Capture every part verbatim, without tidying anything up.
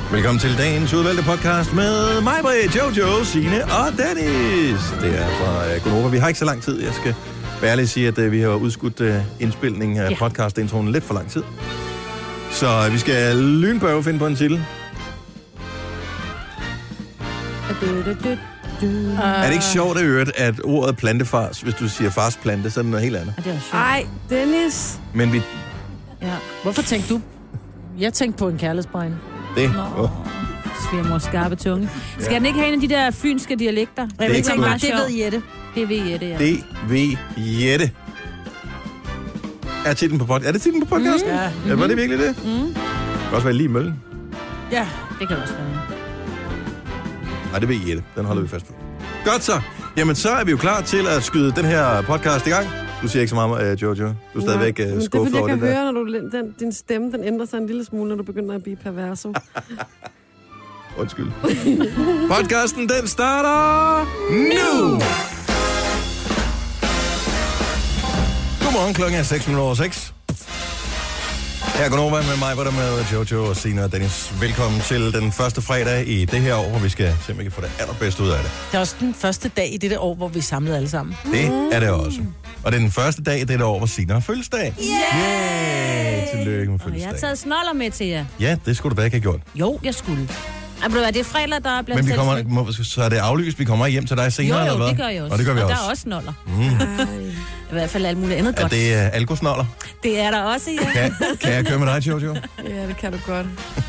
Velkommen til dagens udvalgte podcast med mig, Britt, Jojo, Signe og Dennis. Det er fra uh, Gonova. Vi har ikke så lang tid. Jeg skal være ærlig at sige, at uh, vi har udskudt uh, indspilningen af ja. podcast-introen lidt for lang tid. Så uh, vi skal lynbørge finde på en titel. Uh. Er det ikke sjovt at høre, at ordet plantefars, hvis du siger farsplante, så er det noget helt andet? Ej, Dennis. Men vi... Ja. Hvorfor tænkte du? Jeg tænkte på en kærlighedsbrænd. Det? Nå, oh. Svigermor skarpe tunge. Skal ja. den ikke have en af de der fynske dialekter? Det, det, tænker, det ved Jette. Det ved Jette, ja. Det ved Jette. Er titlen på podcast? Er det titlen på podcasten? Mm. Ja. Mm-hmm. Ja, var det virkelig det? Mm. Det kan også være lige i møllen. Ja, det kan også være. Nej, det ved Jette. Den holder vi fast på. Godt så. Jamen, så er vi jo klar til at skyde den her podcast i gang. Du siger ikke så meget, uh, Jojo. Du er stadigvæk uh, skuffet over det der. Det er fordi, jeg kan høre, når du, den, din stemme den ændrer sig en lille smule, når du begynder at blive perverso. Undskyld. Podcasten, den starter nu! Godmorgen, klokken er seks minutter over seks. Her er Gonova med mig, hvor der med Jojo og Signe og Dennis. Velkommen til den første fredag i det her år, hvor vi skal simpelthen få det allerbedste ud af det. Det er også den første dag i dette år, hvor vi er samlet alle sammen. Det er det også. Og det er den første dag i dette år, hvor Signe har fødselsdag. Yeah! Yay! Tillykke med fødselsdag. Og jeg har taget snoller med til jer. Ja, det skulle du da ikke have gjort. Jo, jeg skulle. Ej, det er fredag, der er blandt Men vi kommer, må, så er det aflyst, vi kommer hjem til dig senere, jo, jo, eller hvad? det gør jeg også. Og det gør vi og også. der er også snoller. Mm. I hvert fald alt muligt andet er godt. Er det uh, algosnoller? Det er der også, ja. Kan, kan jeg køre med dig, Jojo? Ja, det kan du godt.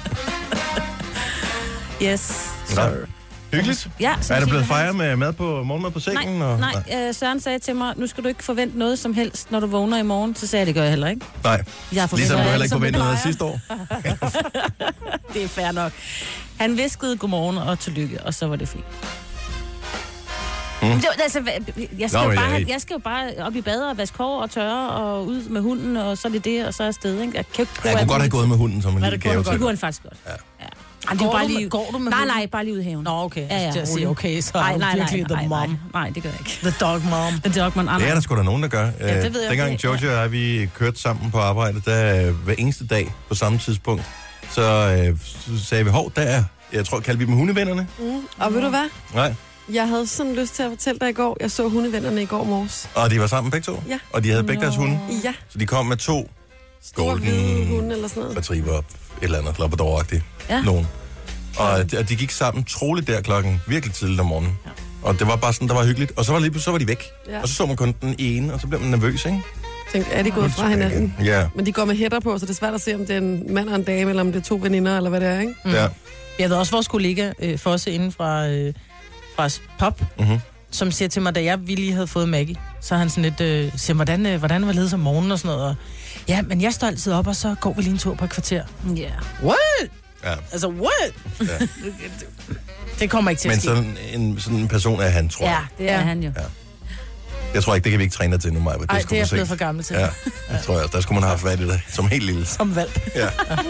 Yes. Så. Hyggeligt. Ja, er der blevet fejret med mad på, morgenmad på sengen? Nej, og, nej. Øh, Søren sagde til mig, nu skal du ikke forvente noget som helst, når du vågner i morgen. Så sagde jeg, det gør jeg heller ikke. Nej, jeg ligesom du heller ikke forventede noget sidste år. Det er fair nok. Han viskede godmorgen og tillykke, og så var det fint. Mm. Det, altså, jeg, skal Nå, jo bare, jeg, jeg skal jo bare op i bad og vaske hår og tørre og ud med hunden, og så er det det, og så er afsted. Ikke? Jeg, kan ikke jeg kunne godt have gået med hunden som en lille gave. Det kunne han faktisk godt. Ja. Ja. Går, det er bare lige, går du med nej, hunden? nej, bare lige ud i haven. Nå, okay. Ja, ja. Jeg siger, okay, så nej, er nej, du virkelig nej, the nej, mom. nej, nej, det gør jeg ikke. The dog mom. The dog mom. Det er der sgu da nogen, der gør. Ja, det ved jeg. Dengang Jojo og jeg, vi kørte sammen på arbejde, der hver eneste dag på samme tidspunkt, så, øh, så sagde vi, hov, der er, jeg tror, kaldte vi dem hundevennerne. Mm. Og ved du hvad? Nej. Jeg havde sådan lyst til at fortælle dig i går, jeg så hundevennerne i går morges. Og de var sammen begge to? Ja. Og de havde begge deres hunde? Ja. Så de kom med to store hvide hunde eller sådan noget. Retriever, et eller andet, labrador-agtigt. Ja. Nogen. Og de, og de gik sammen troligt der klokken virkelig tidligt om morgenen. Ja. Og det var bare sådan, der var hyggeligt. Og så var, lige, så var de væk. Ja. Og så så man kun den ene, og så blev man nervøs, ikke? Tænkte, er de gået fra hinanden? Ja. Men de går med hætter på, så det er svært at se, om det er en mand og en dame, eller om det er to veninder, eller hvad det er, ikke? Mm. Ja. Jeg ved også vores kollega øh, Fosse inden fra, øh, fra Pop, mm-hmm. som siger til mig, da jeg lige havde fået Maggie, så han sådan lidt, øh, siger, hvordan, øh, hvordan var ledes om morgenen og sådan noget. Og, ja, men jeg står altid op, og så går vi lige en tur på et kvarter. Ja. Yeah. What? Ja. Altså, what? Ja. Det kommer ikke til men at ske. Men sådan en, sådan en person er han, tror jeg. Ja, det er ja. han jo. Ja. Jeg tror ikke, det kan vi ikke træne dig til nu, Maja. Nej, det, det er jeg blevet for gammel til. Ja, det tror jeg også. Der skulle man have haft været i det som helt lille. Som valg. Ja.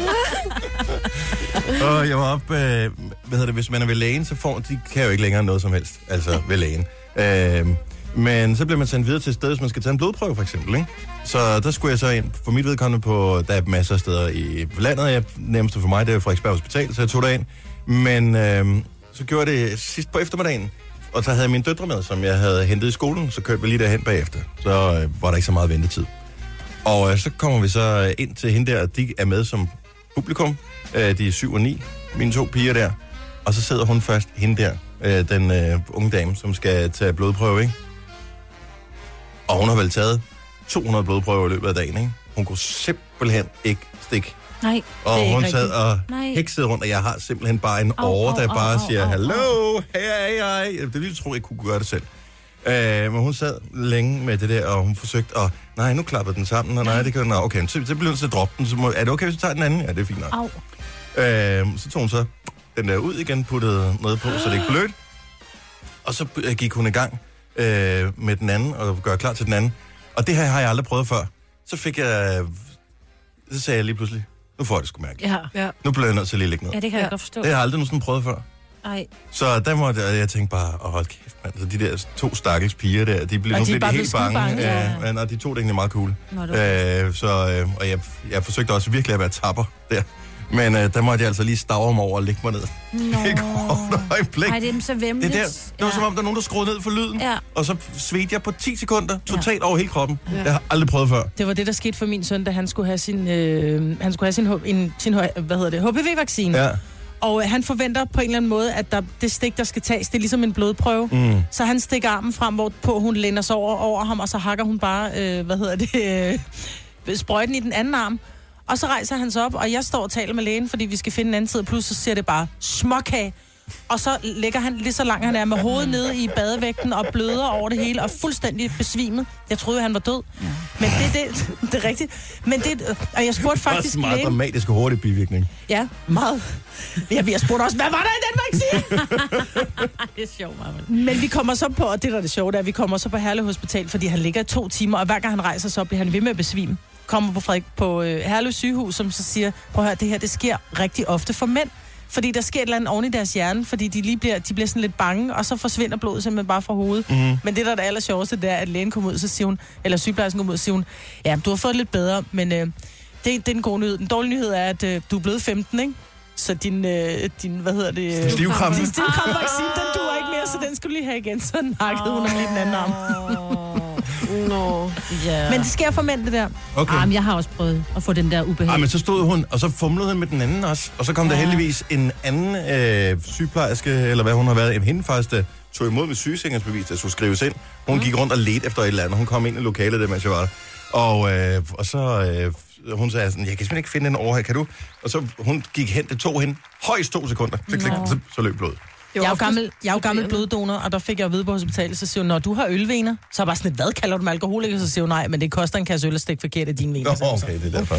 Og jeg var op, øh, hvad hedder det, hvis man er ved lægen, så får de kan jo ikke længere noget som helst, altså ved lægen. Øh, men så bliver man sendt videre til et sted, hvis man skal tage en blodprøve, for eksempel, ikke? Så der skulle jeg så ind, for mit vedkommende på, der er masser af steder i landet, jeg, nærmest for mig, det er Frederiksberg Hospital, så jeg tog derind. Men øh, så gjorde det sidst på eftermiddagen, og så havde jeg mine døtre med, som jeg havde hentet i skolen, så kørte vi lige derhen bagefter. Så øh, var der ikke så meget ventetid. Og øh, så kommer vi så ind til hende der, de er med som publikum, øh, de er syv og ni, mine to piger der. Og så sidder hun først, hende der, øh, den øh, unge dame, som skal tage blodprøve, ikke? Og hun har vel taget to hundrede blodprøver i løbet af dagen, ikke? Hun kunne simpelthen ikke stikke. Nej, og det er hun ikke sad og Nej. heksede rundt, og jeg har simpelthen bare en au, åre, der au, bare au, siger, au, hallo, hej, hej, hej. Det ville jeg tro, jeg kunne gøre det selv. Øh, men hun sad længe med det der, og hun forsøgte, og nej, nu klappede den sammen, og nej, det kan den, okay, så, så blev hun så droppe den, så må, er det okay, hvis du tager den anden? Ja, det er fint nok. Au. Øh, så tog hun så den der ud igen, puttede noget på, så det ikke blødt, og så gik hun i gang øh, med den anden, og gør klar til den anden, og det her har jeg aldrig prøvet før. Så fik jeg, så sagde jeg lige pludselig, nu får jeg det sgu mærkeligt. Ja. Nu bliver jeg nødt til at lige lægge noget. Ja, det kan jeg ja. godt forstå. Det har jeg aldrig nogensinde prøvet før. Ej. Så der måtte jeg, jeg tænkte bare, åh, hold kæft, mand. Så de der to stakkels piger der, de blev og nu de lidt helt bange. bange ja. Ja, men, og de to det egentlig meget cool. Nå, okay. øh, så, øh, og jeg, jeg forsøgte også virkelig at være tapper der. Men øh, der måtte jeg altså lige stavre mig over og lægge mig ned. Nå. Det går et øjeblik. Ej, det er så vemmeligt. Det, der, det var ja. som om, der er nogen, der skruede ned for lyden. Ja. Og så svedte jeg på ti sekunder, totalt ja. over hele kroppen. Ja. Det har jeg aldrig prøvet før. Det var det, der skete for min søn, da han skulle have sin, øh, han skulle have sin, en, sin hvad hedder det, H P V-vaccine. Ja. Og øh, han forventer på en eller anden måde, at der, det stik, der skal tages, det er ligesom en blodprøve. Mm. Så han stikker armen frem, hvorpå hun læner sig over, over ham, og så hakker hun bare, øh, hvad hedder det, øh, sprøjten i den anden arm. Og så rejser han sig op, og jeg står og taler med lægen, fordi vi skal finde en anden tid, og pludselig så siger det bare småkage. Og så ligger han lige så langt han er med hovedet nede i badevægten og bløder over det hele og fuldstændig besvimet. Jeg troede, han var død. Ja. Men det, det, det er rigtigt. Men det, og jeg spurgte faktisk lægen... Det er meget dramatisk og hurtig bivirkning. Ja, meget. Ja, vi har spurgt også, hvad var der i den vaccine? Det er sjovt, Marvin. Men vi kommer så på, og det der er det sjove, er, vi kommer så på Herlev Hospital, fordi han ligger i to timer, og hver gang han rejser sig op, bliver han ved med at besvime. Kommer på Frederik på øh, Herlev sygehus, som så siger, prøv at høre, det her, det sker rigtig ofte for mænd. Fordi der sker et eller andet oven i deres hjerne, fordi de lige bliver, de bliver sådan lidt bange, og så forsvinder blodet simpelthen bare fra hovedet. Mm. Men det, der er det aller sjoveste, det er, at lægen kommer ud, så siger hun, eller sygeplejersken kommer ud, så siger hun, ja, du har fået lidt bedre, men øh, det, det er en god nyhed. Den dårlige nyhed er, at øh, du er blevet femten, ikke? Så din, øh, din hvad hedder det? Øh, Stivkram. Din stivkramvaccine, den duer ikke mere, så den skulle lige have igen. Så nakkede oh. hun om lige den anden arm. Nå. Yeah. Men det sker for mænd, det der. Okay. Ah, men jeg har også prøvet at få den der ubehag. Ej, men så stod hun, og så fumlede hun med den anden også. Og så kom ja. der heldigvis en anden øh, sygeplejerske, eller hvad hun har været, hende faktisk, der tog imod med sygesikringsbevis, der skulle skrives ind. Hun mm. gik rundt og ledte efter et eller andet. Hun kom ind i lokalet, der mens jeg var der. Og, øh, og så øh, hun sagde sådan, jeg kan simpelthen ikke finde den over her, kan du? Og så hun gik hen, det tog hende højst to sekunder. Så, klik, så, så løb blodet. Jeg er jo gammel, jeg er jo gammel bloddonor, og der fik jeg at vide på hospitalet, så siger hun, når du har ølvener, så er bare sådan et, hvad kalder du dem alkoholiker? Så siger hun, nej, men det koster en kasse øl at stikke forkert af dine vener. Nå, okay, det er derfor.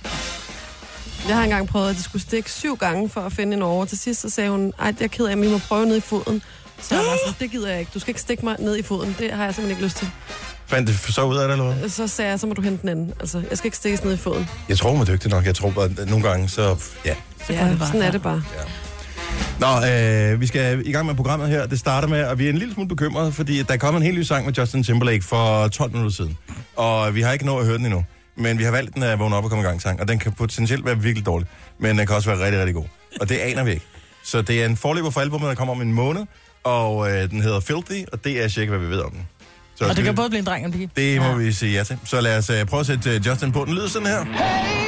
Jeg har engang prøvet, at de skulle stikke syv gange for at finde en over. Til sidst så sagde hun, ej, det er ked af, at vi må prøve ned i foden. Så jeg var sådan, det gider jeg ikke. Du skal ikke stikke mig ned i foden. Det har jeg simpelthen ikke lyst til. Fandt det så ud af det, eller hvad? Så sagde jeg, så må du hente den anden. Altså, jeg skal ikke stikkes ned i foden. Jeg tror, hun er dygtig nok. Jeg tror bare, at nogle gange, så ja. Så ja, sådan er det bare. Ja. Nå, øh, vi skal i gang med programmet her. Det starter med, at vi er en lille smule bekymrede, fordi der er kommet en helt ny sang med Justin Timberlake for tolv minutter siden. Og vi har ikke nået at høre den endnu. Men vi har valgt den at vågne op og komme i gang sang. Og den kan potentielt være virkelig dårlig. Men den kan også være rigtig, rigtig god. Og det aner vi ikke. Så det er en forløber for albumet, der kommer om en måned. Og øh, den hedder Filthy, og det er cirka, hvad vi ved om den. Så og det kan både blive en dreng og en pige. Det må ja. vi sige ja til. Så lad os uh, prøve at sætte uh, Justin på. Den lyder sådan her. Hey!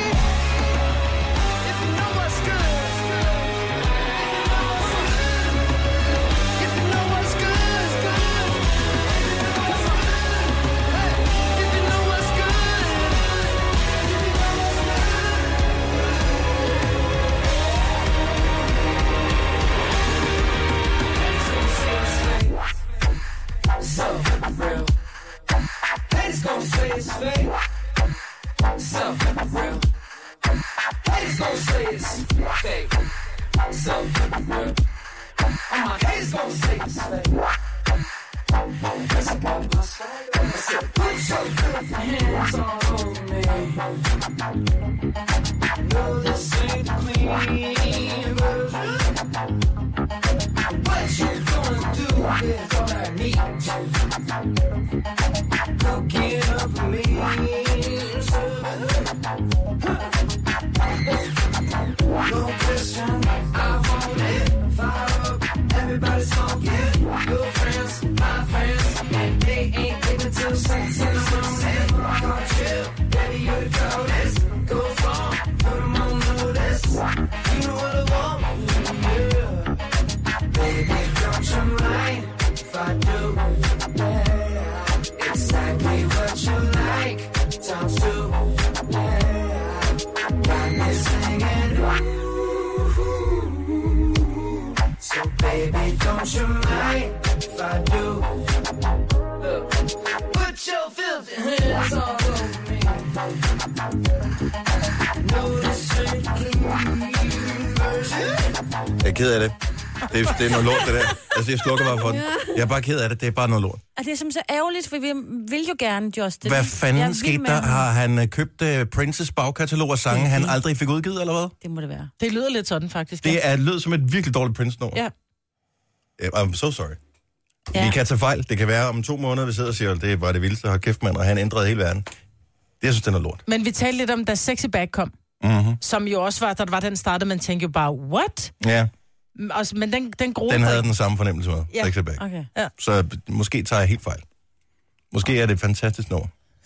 Jeg er ked af det. Det er, det er noget lort, det der. Altså, jeg slukker bare for den. Jeg er bare ked af det. Det er bare noget lort. Og det er simpelthen så ærgerligt, for vi vil jo gerne Justin. Hvad fanden skete der? Har han købt uh, Princes bagkatalog og sange, han aldrig fik udgivet, eller hvad? Det må det være. Det lyder lidt sådan, faktisk. Det er lød som et virkelig dårligt Prince-nummer. Ja. Yeah, I'm so sorry. Ja. Vi kan tage fejl. Det kan være om to måneder, vi sidder og siger, det var det vildeste, hold kæft, mand, og han ændrede hele verden. Det, jeg synes, det er noget lort. Men vi talte lidt om, da Sexy Back kom. Mm-hmm. Som jo også var, da der var den startede, man tænkte jo bare, what? Ja, Altså, men den, den groede den på havde en- den samme fornemmelse med. Ja. Take it back. Okay. Så måske tager jeg helt fejl. Måske er det et fantastisk nummer.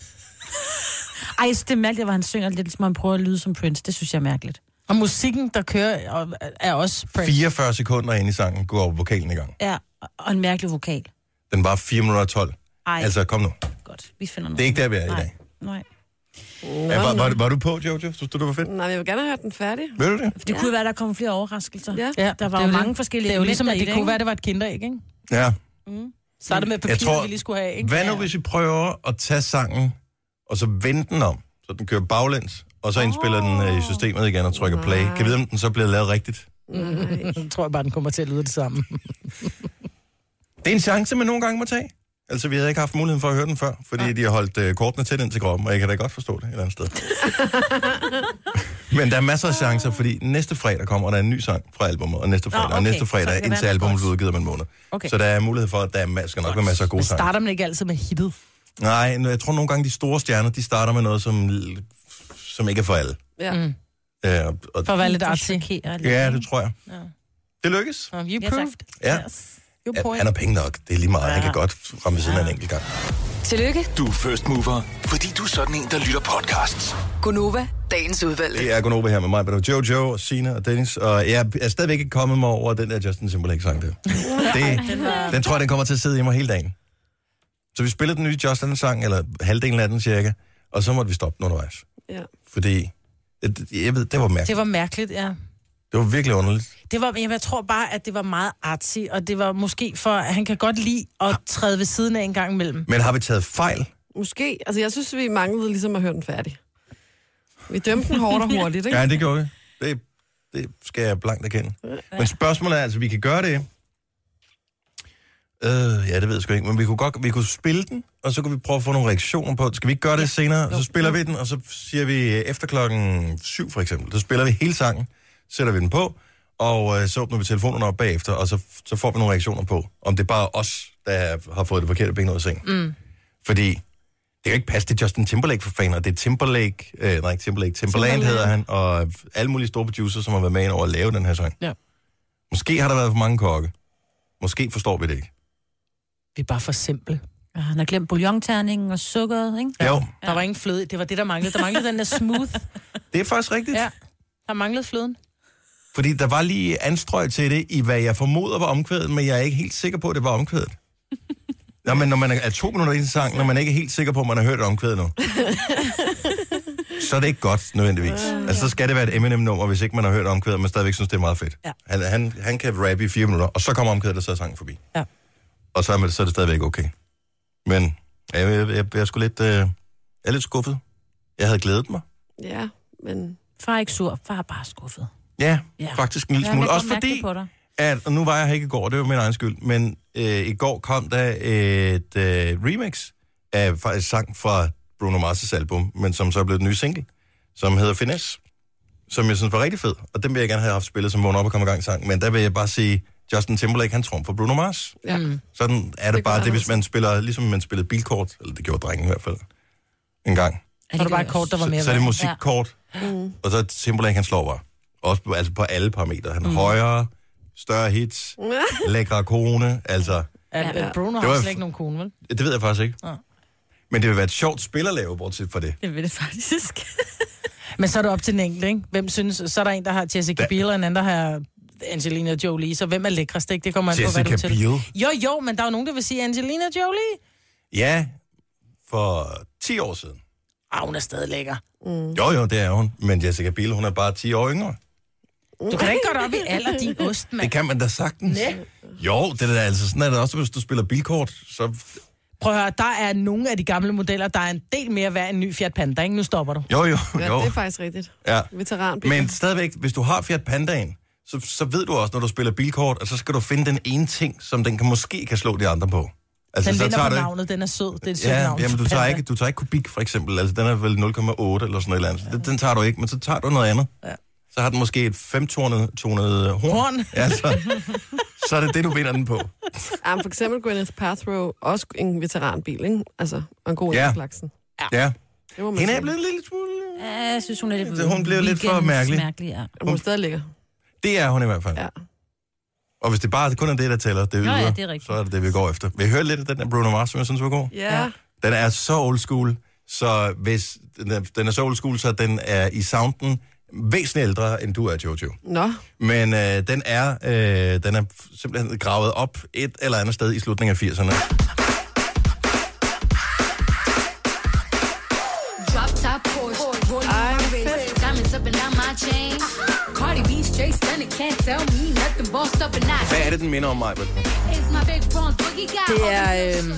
Ej, jeg synes, det er mærkeligt, hvor han synger lidt, som han prøver at lyde som Prince. Det synes jeg er mærkeligt. Og musikken, der kører, og- er også Prince. fireogfyrre sekunder ind i sangen går vokalen i gang. Ja, og en mærkelig vokal. Den var fire minutter og tolv. Ej, Altså, kom nu. godt. Vi finder noget. Det er ikke der, vi er i Nej. dag. Nej. Ja, var, var, var du på, Jojo? Synes du, det var fedt? Nej, jeg vil gerne have hørt den færdig. Ved du det? For det Ja. kunne være, der kommer flere overraskelser. Ja. Ja, Der var det er jo det. mange forskellige Det er jo ligesom, at elementer det i kunne ikke? være, det var et kinderæg, ikke? Ja. Startede med papir, Jeg tror- vi lige skulle have, ikke? Hvad nu, hvis vi prøver at tage sangen, og så vende den om, så den kører baglæns, og så indspiller den øh, i systemet igen og trykker play. Nej. Kan vi vide, om den så bliver lavet rigtigt? Nej. Så tror jeg bare, den kommer til at lyde det samme. Det er en chance, man nogle gange må tage. Altså, vi havde ikke haft muligheden for at høre den før, fordi ja. de har holdt øh, kortene tæt ind til kroppen, og jeg kan da godt forstå det et eller andet sted. Men der er masser af chancer, fordi næste fredag kommer der en ny sang fra albumet, og næste fredag, Nå, og okay. næste Så det fredag kan indtil være albumet noget bliver udgivet om en måned. Okay. Så der er mulighed for, at der er, ma- skal nok være masser af gode Men sange. starter man ikke altid med hittet? Nej, jeg tror nogle gange, de store stjerner, de starter med noget, som, som ikke er for alle. Ja. Mm. Øh, og, og, For at være lidt For at artsy. chokere lidt. ja, det tror jeg. Ja. Det lykkes. Oh, you Ja, tak. proved. Ja. Yes. You Ja, point. han har penge nok. Det er lige meget. Han kan godt ramme ved siden af en enkelt gang. Tillykke, Du er first mover, fordi du er sådan en, der lytter podcasts. Gunova, dagens udvalgte. Det er Gunova her med mig, med Jojo, og Signe og Dennis. Og jeg er stadigvæk ikke kommet mig over den der Justin Timberlake-sang der. Det, den tror jeg, den kommer til at sidde i mig hele dagen. Så vi spillede den nye Justin-sang, eller halvdelen af den cirka, og så måtte vi stoppe den undervejs. Ja. Fordi, jeg, jeg ved, det var mærkeligt. Det var mærkeligt, ja. Det var virkelig underligt. Det var, jeg tror bare, at det var meget artsy, og det var måske for, at han kan godt lide at træde ved siden af en gang imellem. Men har vi taget fejl? Måske. Altså, jeg synes, vi manglede ligesom at høre den færdig. Vi dømte den hårdt og hurtigt, ikke? Ja, det gjorde vi. Det, det skal jeg blankt erkende. Men spørgsmålet er, altså, vi kan gøre det. Øh, ja, det ved jeg sgu ikke. Men vi kunne godt vi kunne spille den, og så kunne vi prøve at få nogle reaktioner på det. Skal vi ikke gøre det senere? Så spiller vi den, og så siger vi efter klokken syv for eksempel. Så spiller vi hele sangen, sætter vi den på, og øh, så åbner vi telefonerne op bagefter, og så, så får vi nogle reaktioner på, om det er bare os, der har fået det forkerte ben ud af sengen. Mm. Fordi det kan jo ikke passe, det er Justin Timberlake for fan, og det er Timberlake, øh, nej ikke Timberlake, Timberland Timberland. hedder han, og alle mulige store producer, som har været med ind over at lave den her sang. Ja. Måske har der været for mange kokke. Måske forstår vi det ikke. Vi er bare for simple. Ja, han har glemt bouillonterningen og sukkeret, ikke? Ja. Jo, Der var ingen fløde. Det var det, der manglede. Der manglede den der smooth. det er faktisk rigtigt. Ja, der manglede fløden. Fordi der var lige anstrøg til det, i hvad jeg formoder var omkvædet, men jeg er ikke helt sikker på, at det var omkvædet. Nå, men når man er to minutter i en sang, når man ikke er helt sikker på, at man har hørt omkvædet nu, så er det ikke godt, nødvendigvis. Altså, så skal det være et Eminem-nummer, hvis ikke man har hørt omkvædet, og man stadigvæk synes, det er meget fedt. Ja. Han, han, han kan rappe i fire minutter, og så kommer omkvædet, og så er sangen forbi. Ja. Og så er, man, så er det stadigvæk okay. Men jeg, jeg, jeg, jeg er sgu lidt, øh, jeg er lidt skuffet. Jeg havde glædet mig. Ja, men... Far er ikke sur, far er bare skuffet. Ja, Ja. faktisk en lille Ja, smule. jeg kan Også godt mærke fordi, det på dig. at, og nu var jeg her ikke i går, det var min egen skyld, men øh, i går kom der et øh, remix af faktisk sang fra Bruno Mars' album, men som så er blevet den nye single, som hedder Finesse, som jeg synes var rigtig fed, og den vil jeg gerne have haft spillet som vågner op og komme i gang sang, men der vil jeg bare sige, Justin Timberlake, han trumfer Bruno Mars. Ja. Mm. Sådan er det, Det det bare gør det, han hvis man spiller, ligesom man spillede bilkort, eller det gjorde drengen i hvert fald, en gang. Så det var et kort, der var mere Så, så er det værd. musikkort, Mm. og så er Timberlake, han slår bare. Også på, altså på alle parametre. Han er mm. højere, større hits, lækre kone, altså, At, Ja. at Bruno Det har var- slet ikke nogen kone, vel? det ved jeg faktisk ikke. Ja. Men det vil være et sjovt spil at lave, bortset fra det. Det vil det faktisk. Men så er det op til den enkelte, ikke? Hvem synes, så er der en, der har Jessica Da- Biel, og en anden, der har Angelina Jolie. Så hvem er lækrest, ikke? Det kommer an på, hvad du Jessica til. Biel. Jo, jo, men der er jo nogen, der vil sige Angelina Jolie. Ja, for ti år siden. Ah, hun er stadig lækker. Jo, jo, det er hun. Men Jessica Biel, hun er bare ti år yngre. Du kan da ikke godt op i alder, din ost, mand. Det kan man da sagtens. Næ. Jo, det er da altså sådan er det også, hvis du spiller bilkort. Så... Prøv at høre, der er nogle af de gamle modeller, der er en del mere værd end en ny Fiat Panda, ikke? Nu stopper du. Jo, jo, Ja, jo. det er faktisk rigtigt. Ja. Veteranbil. Men stadigvæk, hvis du har Fiat Pandaen, så, så ved du også, når du spiller bilkort, at så skal du finde den ene ting, som den kan, måske kan slå de andre på. Altså, Den så vinder tager på du ikke- navnet, den er sød. Det er et sødt Ja, navn. jamen, du tager, Panda. ikke, du tager ikke kubik, for eksempel. Altså, den er vel nul komma otte eller sådan noget. Eller andet. Den, den tager du ikke, men så tager du noget andet. Ja. Så har den måske et femtonet tonet horn. Horn. Ja, så, så er det det, du vinder den på. Ja, men for eksempel Gwyneth Paltrow, også en veteranbil, ikke? Altså, og en god Ja. ja. slagsen. Ja. Det må man Hende er sige. blevet en lille smule Ja, jeg synes, hun er lidt... Hun bliver lidt for mærkelig. mærkelig ja. Hun er stadig ligger. Det er hun i hvert fald. Ja. Og hvis det bare kun er det, der tæller, det ja, yder, det er så er det det, vi går efter. Vi hører lidt af den der Bruno Mars, som jeg synes var god. Ja. Den er så old school, så hvis den er, den er så old school, så den er i sounden væsentligt ældre, end du er, Jojo. Nå. Men øh, den, er, øh, den er simpelthen gravet op et eller andet sted i slutningen af firserne. Hvad er det, den minder om mig? Det er... Øh...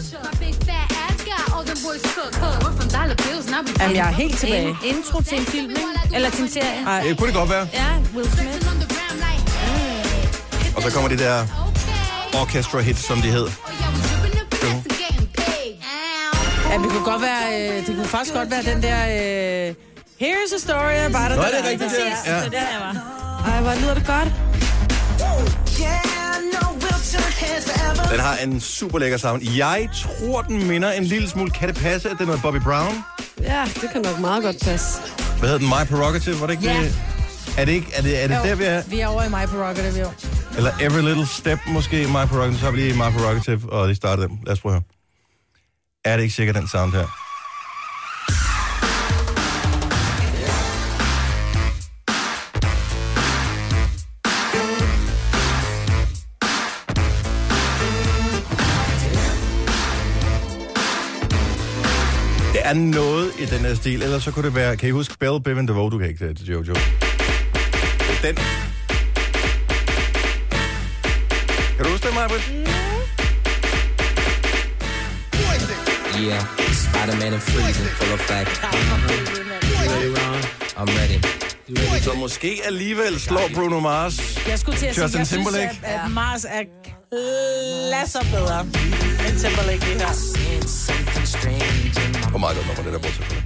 Jamen, jeg er helt tilbage. En intro til en film, ikke? Eller til en serie. Ej. Det kunne det godt være. Ja, Will Smith. Og så kommer de der orchestra hits, som de hed. Ja, det kunne godt være... Øh, det kunne faktisk godt være den der... Øh, Here's a story about... Nå, det er rigtigt, ja. Ja. Det der, jeg var. Ej, hvor lyder det godt. Den har en super lækker sound. Jeg tror, den minder en lille smule. Kan det passe, at det er noget Bobby Brown? Ja, det kan nok meget godt passe. Hvad hedder den? My Prerogative? Var det ikke Ja. det? Er det, ikke, er det, er det der, vi er? Vi er over i My Prerogative, jo. Eller Every Little Step måske, My Prerogative. Så har vi lige My Prerogative, og de starter dem. Lad os prøve at høre. Er det ikke sikkert, den sound her? Det er noget i den her stil, ellers så kunne det være... Kan I huske Bell, Biv and DeVoe? Du kan ikke det til Jojo. Den. Kan du huske det, Maja? Yeah, Spider-Man and freezing, full effect. You ready, Ron? I'm ready. You ready? Så måske alligevel slår Bruno Mars. Jeg skulle til at sige, Justin jeg synes, Timberlake. at, at Mars er klasser bedre end Timberlake lige her. Hvor meget godt nummer det der bortset fra det.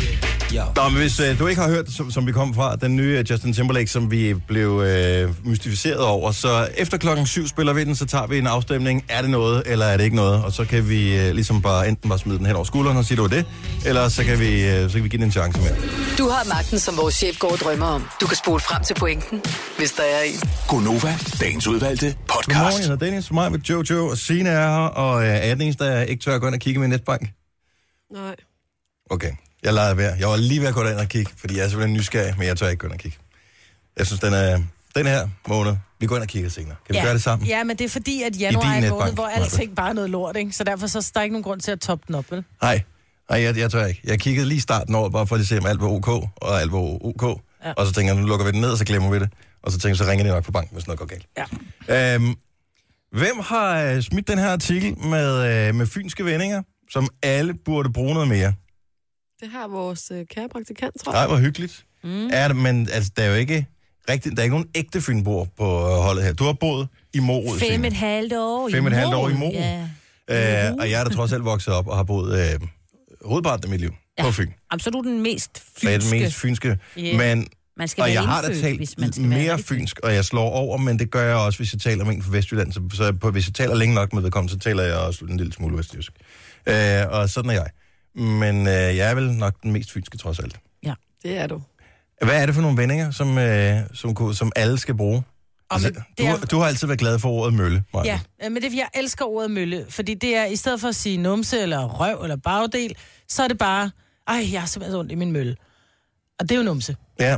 Nå, men hvis øh, du ikke har hørt, som, som vi kom fra, den nye Justin Timberlake, som vi blev øh, mystificeret over, så efter klokken syv spiller vi den, så tager vi en afstemning. Er det noget, eller er det ikke noget? Og så kan vi øh, ligesom bare enten bare smide den hen over skulderen og sige, det var det, eller så kan vi, øh, så kan vi give den en chance mere. Du har magten, som vores chef går og drømmer om. Du kan spole frem til pointen, hvis der er en. Gonova, dagens udvalgte podcast. Godmorgen, jeg hedder Dennis, mig med Jojo, og Signe er her, og øh, er den eneste, der ikke tør at gå ind og kigge i min netbank? Nej. Okay, jeg lader være. Jeg var lige ved at gå derind og kigge, fordi jeg er simpelthen nysgerrig, men jeg tør ikke gå ind og kigge. Jeg synes, den er den her måned, vi går ind og kigger senere. Kan vi ja. gøre det sammen? Ja, men det er fordi, at januar er en netbank, måned, hvor alting bare er noget lort, ikke? Så derfor så er der ikke nogen grund til at toppe den op, vel? Nej, nej jeg, jeg tør ikke. Jeg kiggede lige starten over, bare for at se, om alt var ok, og alt var ok. Ja. Og så tænker jeg, nu lukker vi den ned, og så glemmer vi det. Og så tænker jeg, så ringer de nok på banken, hvis noget går galt. Ja. Øhm, hvem har øh, smidt den her artikel med, øh, med fynske vendinger, som alle burde bruge noget mere? Det har vores øh, kære praktikant, tror jeg. Nej, hvor hyggeligt. Mm. Er det, men altså, der er jo ikke rigtig, der er ikke nogen ægte fynboer på holdet her. Du har boet i Morud. Fem et halvt år i Fem et halvt år i Morud. Morud. Ja. Øh, og jeg er da trods alt vokset op og har boet øh, hovedparten af mit liv ja. på Fyn. Absolut den mest Så jeg er fynske. den mest fynske. Yeah. Men, man skal og være jeg har da indfødt, talt hvis man skal mere være fynsk, og jeg slår over, men det gør jeg også, hvis jeg taler med en fra Vestjylland. Så, så på, hvis jeg taler længe nok med vedkommende, så taler jeg også en lille smule vestjysk. Øh, og sådan er jeg. Men øh, jeg er vel nok den mest fynske trods alt. Ja, det er du. Hvad er det for nogle vendinger, som, øh, som, som alle skal bruge? Altså, du, er... du har altid været glad for ordet mølle, Maja. Ja, men det er, fordi jeg elsker ordet mølle. Fordi det er, i stedet for at sige numse, eller røv, eller bagdel, så er det bare, ej, jeg har simpelthen ondt i min mølle. Og det er jo numse. Ja.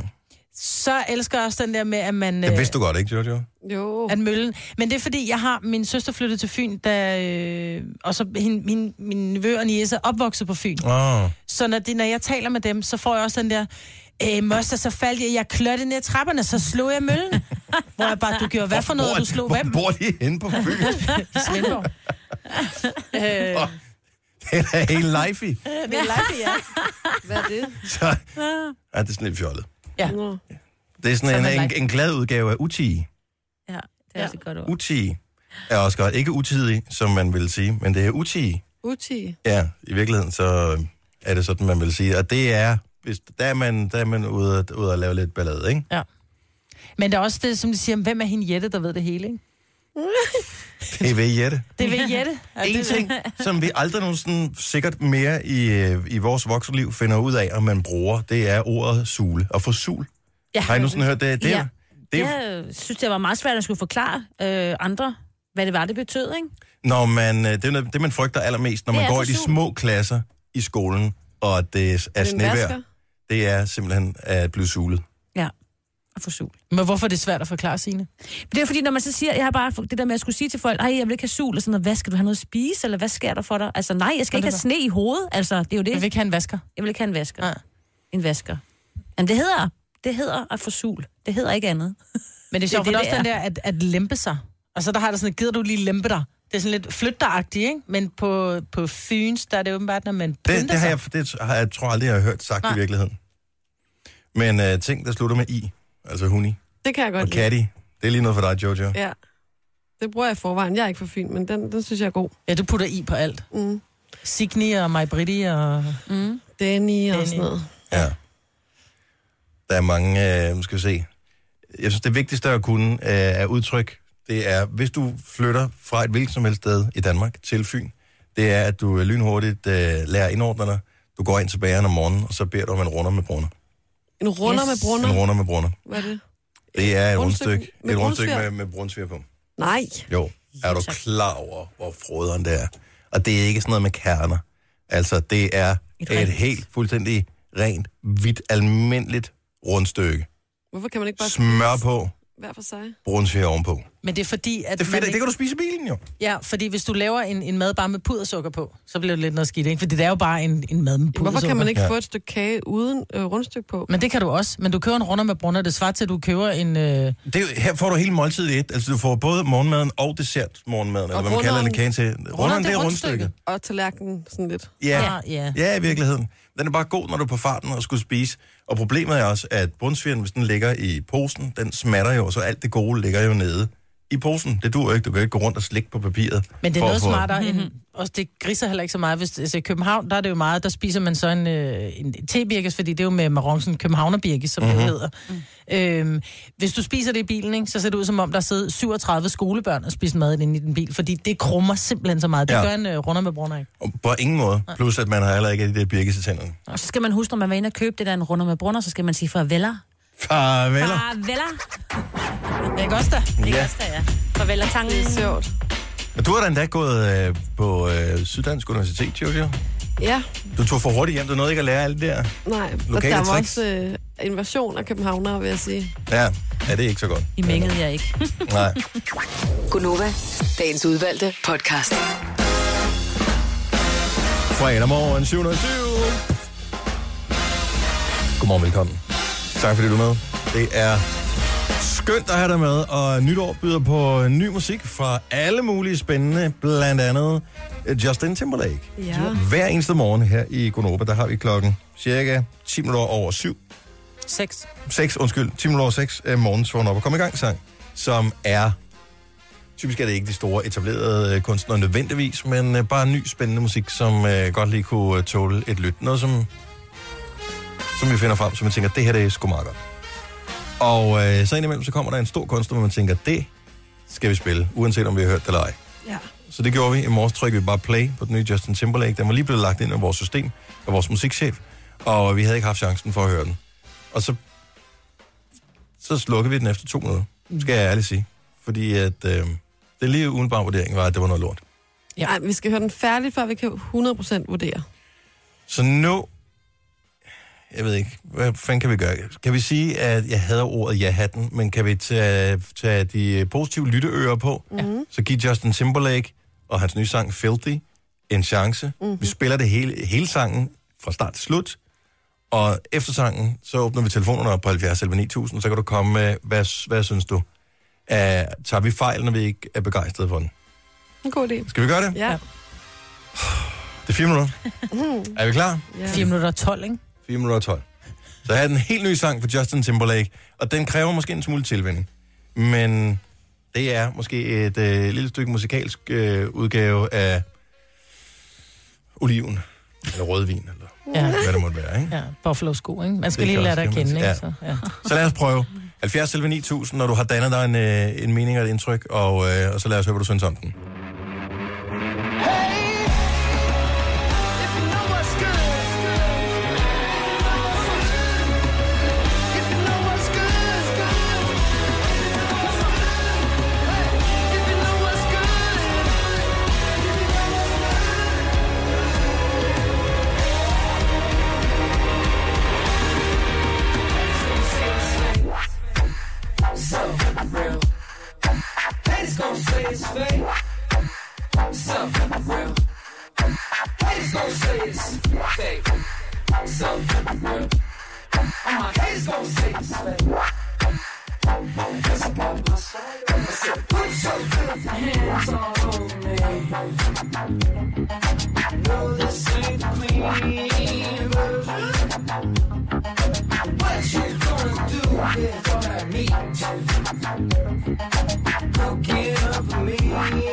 Så elsker jeg også den der med, at man... Det vidste du godt, ikke, Jojo? Jo. At møllen. Men det er fordi, jeg har min søster flyttet til Fyn, da, øh, og så min, min, min nevø og niece er opvokset på Fyn. Oh. Så når, det, når jeg taler med dem, så får jeg også den der, øh, moster, så faldt jeg, jeg klørte ned ad trapperne, så slog jeg møllen. Hvor jeg bare, du gjorde hvad for noget, hvor, du slog hvor hvem? Hvor bor de henne på Fyn? I Svendborg. øh, oh, det er helt lifey. det er lifey, ja. Hvad er det? Så, ja, det er sådan lidt fjollet. Ja. Det er sådan en, en, en glad udgave af utige. Ja, det er ja. også et godt ord. Utige er også godt. Ikke utidig, som man vil sige, men det er utige. Utige? Ja, i virkeligheden så er det sådan, man vil sige. Og det er, hvis, der er man, der er man ude, at, ude at lave lidt ballade, ikke? Ja. Men der er også det, som de siger, hvem er hende Jette, der ved det hele, ikke? Det er ved Jette. Det er ved Jette. Ja, En det ting, som vi aldrig nogensinde sikkert mere i, øh, i vores voksenliv finder ud af, om man bruger, det er ordet sule. Og få sul. Ja. Har I nogensinde hørt det? Det, Ja. det er, Jeg synes, det var meget svært at skulle forklare øh, andre, hvad det var, det betød, ikke? når man, øh, det er noget- det, man frygter allermest, når Det man er går i de for sul. små klasser i skolen, og det er Det er en snevejr. vasker. Det er simpelthen at blive sulet. Ja, og for sul. Men hvorfor er det svært at forklare, Signe? Det er fordi, når man så siger, jeg har bare det der med at skulle sige til folk, ej, jeg vil ikke have sul, og sådan noget, hvad skal du have noget at spise, eller hvad sker der for dig? Altså nej, jeg skal Hvad ikke er have det sne i hovedet, altså det er jo det. Jeg vil ikke have en vasker. Jeg vil ikke have en vasker. Nej. En vasker. Men det hedder, det hedder at få sul. Det hedder ikke andet. Men det er sjovt, Det for er det er også det, den der, at, at lempe sig. Og så der har der sådan et, gider du lige lempe dig? Det er sådan lidt flytteragtigt, ikke? Men på, på Fyns, der er det åbenbart, når man Det, pynter det, har sig. jeg, det har jeg tror aldrig, jeg har hørt sagt Nej. i virkeligheden. Men uh, ting, der slutter med i, altså huni Det kan jeg og godt lide. Caddy, det er lige noget for dig, Jojo. Ja. Det bruger jeg i forvejen. Jeg er ikke for Fyn, men den, den synes jeg er god. Ja, du putter i på alt. Mm. Signi og Majbriti og... Mm. Danny og Danny. sådan noget. Ja. Der er mange, øh, skal vi se. Jeg synes, det vigtigste at kunne øh, er udtryk. Det er, hvis du flytter fra et hvilket som helst sted i Danmark til Fyn, det er, at du lynhurtigt øh, lærer indordne dig. Du går ind til bageren om morgenen, og så beder du om en runder med brunner. En runder Yes. med brunner. En runder med brunner. Hvad er det? Det er et Rundstykke rundstykke, med et rundstykke brunsviger? med, med brunsviger på. Nej. Jo, er du klar over, hvor froderen det er? Og det er ikke sådan noget med kerner. Altså, det er Et et, rent. et helt fuldstændig rent, hvidt, almindeligt rundstykke. Hvorfor kan man ikke bare Smør på, hver for sig? brunsviger ovenpå. Men det er fordi, at Det er man fedt, ikke... det kan du spise i bilen jo. Ja, fordi hvis du laver en, en mad bare med pudersukker på, så bliver det lidt noget skidt, ikke? Fordi det er jo bare en, en mad med pudersukker. Hvorfor kan man ikke Ja. ja. få et stykke kage uden øh, rundstykke på? Men det kan du også. Men du køber en runder med brunner, det svarer til, at du køber en... Øh... Det er, jo- her får du hele måltidet i et. Altså, du får både morgenmaden og dessert morgenmaden, eller hvad man kalder det, kagen til. Runderen, det er rundstykket. Og tallerkenen sådan lidt. Ja. ja. Ja, i virkeligheden. Den er bare god, når du er på farten og skulle spise. Og problemet er også, at brunsvigeren, hvis den ligger i posen, den smatter jo, så alt det gode ligger jo nede i posen. Det duer ikke. Du kan ikke gå rundt og slikke på papiret. Men det er for at noget få- smartere end... Også det griser heller ikke så meget. Hvis, altså, i København, der er det jo meget, der spiser man så en, øh, en tebirkes, fordi det er jo med maronsen københavnerbirkes, som mm-hmm. det hedder. Mm. Øhm, hvis du spiser det i bilen, ikke, så ser det ud som om, der sidder syvogtredive skolebørn og spiser mad inde i din bil, fordi det krummer simpelthen så meget. Det Ja. ja. gør en øh, runder med brunner, ikke? Og på ingen måde. Plus, at man har heller ikke de der birkes i tænderne. Og så skal man huske, når man var inde og købe det der en runder med brunner, så skal man sige farveler. Farveler. Farveler. Ikke også da? Ikke Ja. også der, ja. Farveler tangen. Det er sjovt. Og du har da endda gået øh, på øh, Syddansk Universitet, Jojo. Ja, Du tog for hurtigt hjem. Du nåede ikke at lære alt det der. nej. Og Lokale der var tricks. også øh, invasion af københavnere, vil jeg sige. Ja, ja, det er ikke så godt. I mængede jeg ikke. Nej. Gunova, dagens udvalgte podcast. Fredag morgen, syv nul syv. Godmorgen, velkommen. Tak fordi du er med. Det er skønt at have dig med, og nytår byder på ny musik fra alle mulige spændende, blandt andet Justin Timberlake. Ja. Hver eneste morgen her i Gonova, der har vi klokken cirka ti minutter over syv. Seks. seks, undskyld, ti minutter over seks er morgens vågen op og kom i gang sang, som er, typisk er det ikke de store etablerede øh, kunstnere nødvendigvis, men øh, bare ny spændende musik, som øh, godt lige kunne øh, tåle et lyt. Noget, som, som vi finder frem, som man tænker, det her det er sgu meget godt. Og øh, så indimellem, så kommer der en stor kunstner, hvor man tænker, det skal vi spille, uanset om vi har hørt det eller ej. Ja. Så det gjorde vi. I morges trykkede vi bare play på den nye Justin Timberlake. Den var lige blevet lagt ind i vores system af vores musikchef, og vi havde ikke haft chancen for at høre den. Og så, så slukkede vi den efter to minutter, skal jeg ærligt sige. Fordi at øh, det lige umiddelbare vurdering var, at det var noget lort. Ja. Ej, vi skal høre den færdig, før vi kan hundrede procent vurdere. Så nu, jeg ved ikke, hvad fanden kan vi gøre? Kan vi sige, at jeg hader ordet ja-hatten, men kan vi tage, tage de positive lytteører på? Mm-hmm. Så giv Justin Timberlake og hans nye sang Filthy en chance. Mm-hmm. Vi spiller det hele, hele sangen fra start til slut. Og efter sangen, så åbner vi telefonerne op på halvfjerds elleve ni tusind, så kan du komme med, hvad, hvad synes du? Uh, tager vi fejl, når vi ikke er begejstrede for den? En god idé. Skal vi gøre det? Ja. Ja. Det er fire minutter. Er vi klar? ja. fire minutter og tolv, ikke? fire minutter og tolv. Så jeg har en helt ny sang for Justin Timberlake, og den kræver måske en smule tilvænning. Men det er måske et øh, lille stykke musikalsk øh, udgave af oliven, eller rødvin, eller Ja. hvad det måtte være, ikke? Ja, Buffalo sko, ikke? Man skal Det lige kan lære dig at også, kan kende, man ikke? sige. Så, ja. Så lad os prøve. halvfjerds elleve ni tusind, når du har dannet dig en, øh, en mening og et indtryk, og, øh, og så lad os høre, hvad du synes om den. real. Haters gon' say it's fake. Something real. Haters gon' say it's fake. Something real. All my haters gon' say it's fake. Cause I got my soul. I said, put your filthy hands all over me. I know this ain't the clean version. What you gonna do with all that meat? Cook it up for me.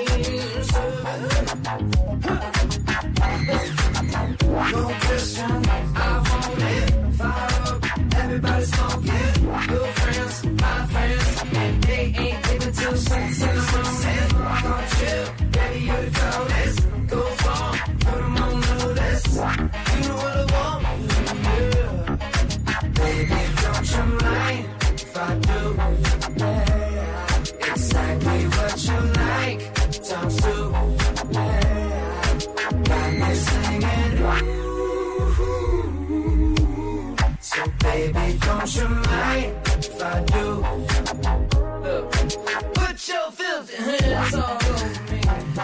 No question, I want it. Fire up, everybody smoking. Your friends, my friends, and they ain't living till six in the morning. Come chill, baby, you the coldest. Go far, put them on notice. You know what I want, yeah. Baby, don't you mind if I do? Yeah, exactly what you like. Times two, yeah. Got me singing, ooh. So baby, don't you mind if I do? Look, put your filthy hands all over me.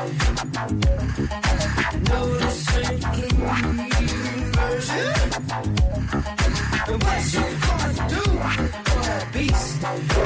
No, this ain't the clean version. And what you gonna do for that beast?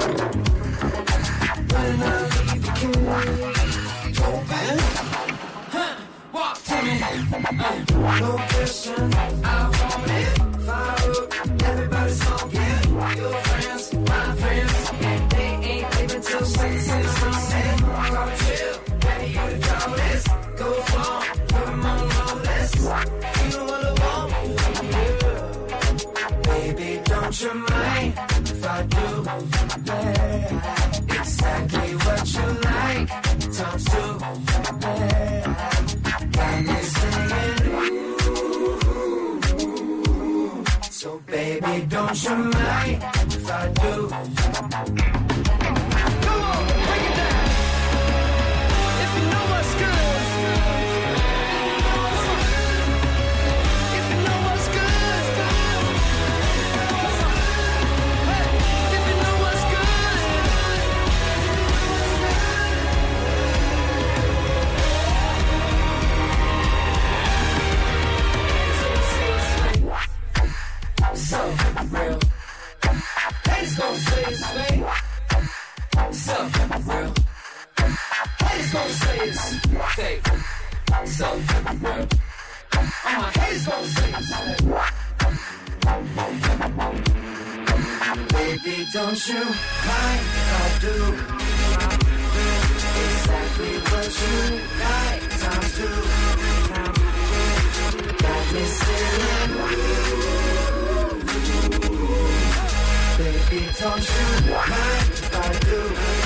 When I leave the cage open, huh? Walk to me. Uh, no question, I want it. Fire up, everybody smoking. Your friends, my friends, and they ain't leaving till six in the morning. Come chill, baby, you the coldest. Go far, put them on notice. You know what I want, yeah. Baby, don't you mind if I do? Yeah, exactly what you like. Times two, yeah. Got me singing, ooh. So baby, don't you mind if I do? Come on, break it down. If you know what's good, if you know what's good, hey, if you know what's good. So real. Haters gon' say it's fake. So real. Haters gon' say it's fake. So real. All my haters gon' say it's fake. Baby, don't you mind if I do? Exactly what you like. Times two. Got me singing. Baby, don't you mind if I do?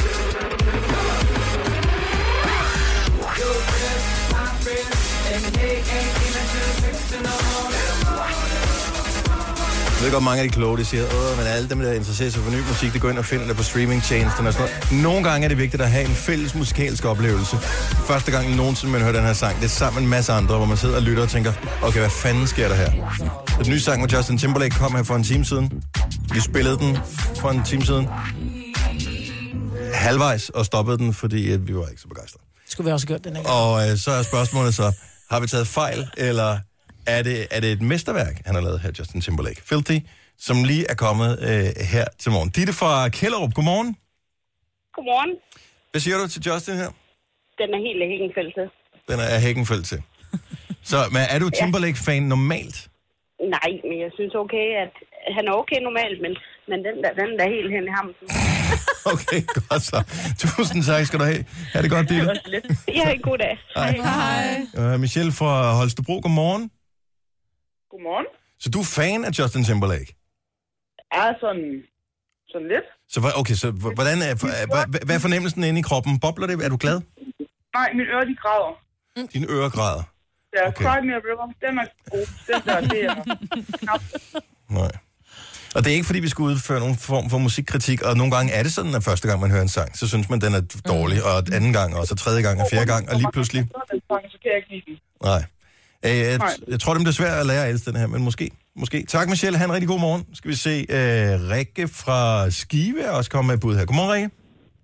Your friends, my friends, and they ain't even till six in the morning. Jeg ved godt, mange af de kloge, de siger, åh, men alle dem, der interesserer sig for ny musik, de går ind og finder det på streamingtjenesten og sådan noget. Nogle gange er det vigtigt at have en fælles musikalsk oplevelse. Første gang nogensinde, man hører den her sang, det er sammen med en masse andre, hvor man sidder og lytter og tænker, okay, hvad fanden sker der her? Den nye sang med Justin Timberlake kom her for en time siden. Vi spillede den for en time siden. Halvvejs og stoppede den, fordi at vi var ikke så begejstrede. Skulle vi også gøre den her. Og øh, så er spørgsmålet så, har vi taget fejl, eller er det, er det et mesterværk, han har lavet her, Justin Timberlake? Filthy, som lige er kommet øh, her til morgen. Ditte fra Kjellerup, godmorgen. Godmorgen. Hvad siger du til Justin her? Den er helt hækkenfældt til. Den er hækkenfældt til. Så men er du Timberlake-fan normalt? Nej, men jeg synes okay, at han er okay normalt, men, men den der, den der helt hen i ham. Okay, godt så. Tusind tak skal du have. Ha' det godt, Ditte. Ja, en god dag. Hej. Hej. Uh, Michelle fra Holstebro, godmorgen. Godmorgen. Så du er fan af Justin Timberlake? Ja, sådan, sådan lidt. Så okay, så hvordan er, hvad, hvad er fornemmelsen inde i kroppen? Bobler det? Er du glad? Nej, mine ører, de græder. Mm. Dine ører græder? Ja, okay. Cry Me a River, den er god. Den der, det er knap. Nej. Og det er ikke, fordi vi skal udføre nogen form for musikkritik, og nogle gange er det sådan, at første gang, man hører en sang, så synes man, den er dårlig, og anden gang, og så tredje gang, og fjerde gang, og lige pludselig... Så kan jeg ikke lide den. Nej. Jeg, jeg, jeg tror, det bliver svært at lære at elske den her, men måske. måske. Tak, Michelle. Ha' en rigtig god morgen. Skal vi se, uh, Rikke fra Skive er også kommet med et bud her. Godmorgen, Rikke.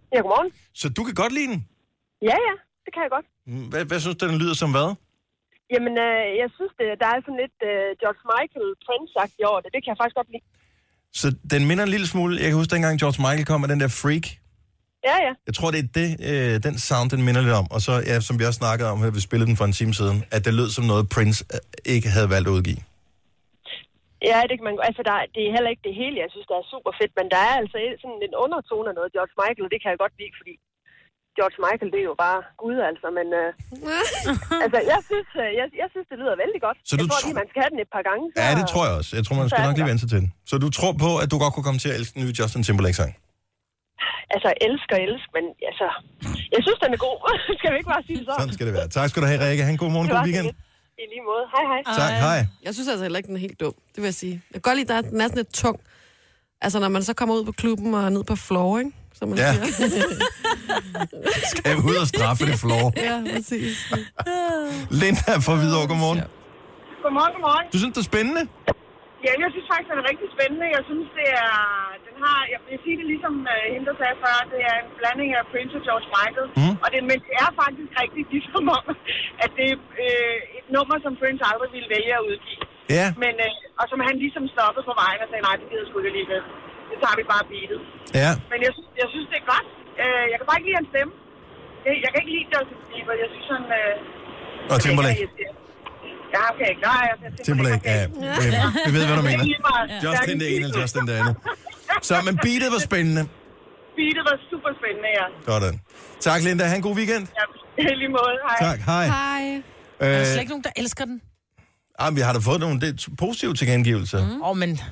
Ja, godmorgen. Så du kan godt lide den? Ja, ja, det kan jeg godt. Hvad, hvad synes du, den lyder som hvad? Jamen, øh, jeg synes, det, der er sådan lidt øh, George Michael Prince-agtigt over det. Det kan jeg faktisk godt lide. Så den minder en lille smule. Jeg kan huske, dengang George Michael kom med den der Freak. Ja, ja. Jeg tror, det er det, øh, den sound, den minder lidt om. Og så, ja, som vi også snakkede om, at vi spillede den for en time siden, at det lød som noget, Prince ikke havde valgt at udgive. Ja, det kan man altså, der, det er heller ikke det hele, jeg synes, der er super fedt, men der er altså sådan en undertone af noget George Michael, og det kan jeg godt lide, fordi George Michael, det er jo bare Gud, altså, men øh, altså, jeg synes, jeg, jeg synes, det lyder vældig godt. Så jeg tror lige, man skal have den et par gange. Så, ja, det tror jeg også. Jeg tror, man skal nok lige vente sig til den. Så du tror på, at du godt kunne komme til at elske den nye Justin Timberlake-sang? Altså, elsker og elsk, men altså, jeg synes, den er god. Skal vi ikke bare sige det så? Sådan skal det være. Tak skal du have, Rikke. Ha' en god morgen, god weekend. I lige måde. Hej, hej. Tak, hej. Jeg synes altså heller ikke, den er helt dum. Det vil jeg sige. Jeg kan godt lide, at den er sådan lidt tung. Altså, når man så kommer ud på klubben og ned på floor, ikke? Som man ja. siger. Skal jeg ud og straffe det floor? Ja, præcis. Linda fra Hvidovre, godmorgen. Godmorgen, godmorgen. Du synes, det er spændende? Ja, jeg synes faktisk, den er rigtig spændende. Jeg synes, det er... Den har... Jeg vil sige det ligesom uh, hende, der sagde før. Det er en blanding af Prince og George Michael. Mm. Og det, men det er faktisk rigtig ligesom om, at det er øh, et nummer, som Prince aldrig ville vælge at udgive. Ja. Men, øh, og som han ligesom stoppede på vejen og sagde, nej, det gider sgu ikke alligevel. Det tager vi bare beatet. Ja. Men jeg, jeg synes, det er godt. Uh, jeg kan bare ikke lide hans stemme. Jeg, jeg kan ikke lide Justin Bieber. Jeg synes, han... Uh, og Timberlake. Ja, okay, nej, jeg siger Timberlake, ja. Vi ved, hvad du mener. Ja. Justin det ene, eller Justin det andet. Så, men beatet var spændende. Beatet var super spændende, ja. Sådan. Tak, Linda. Ha' en god weekend. Ja, lige måde. Hej. Tak, hej. Hej. Øh, er der slet ikke nogen, der elsker den? Ah, vi har da fået nogle det, positive tilkendegivelser. Åh, mm. oh, men...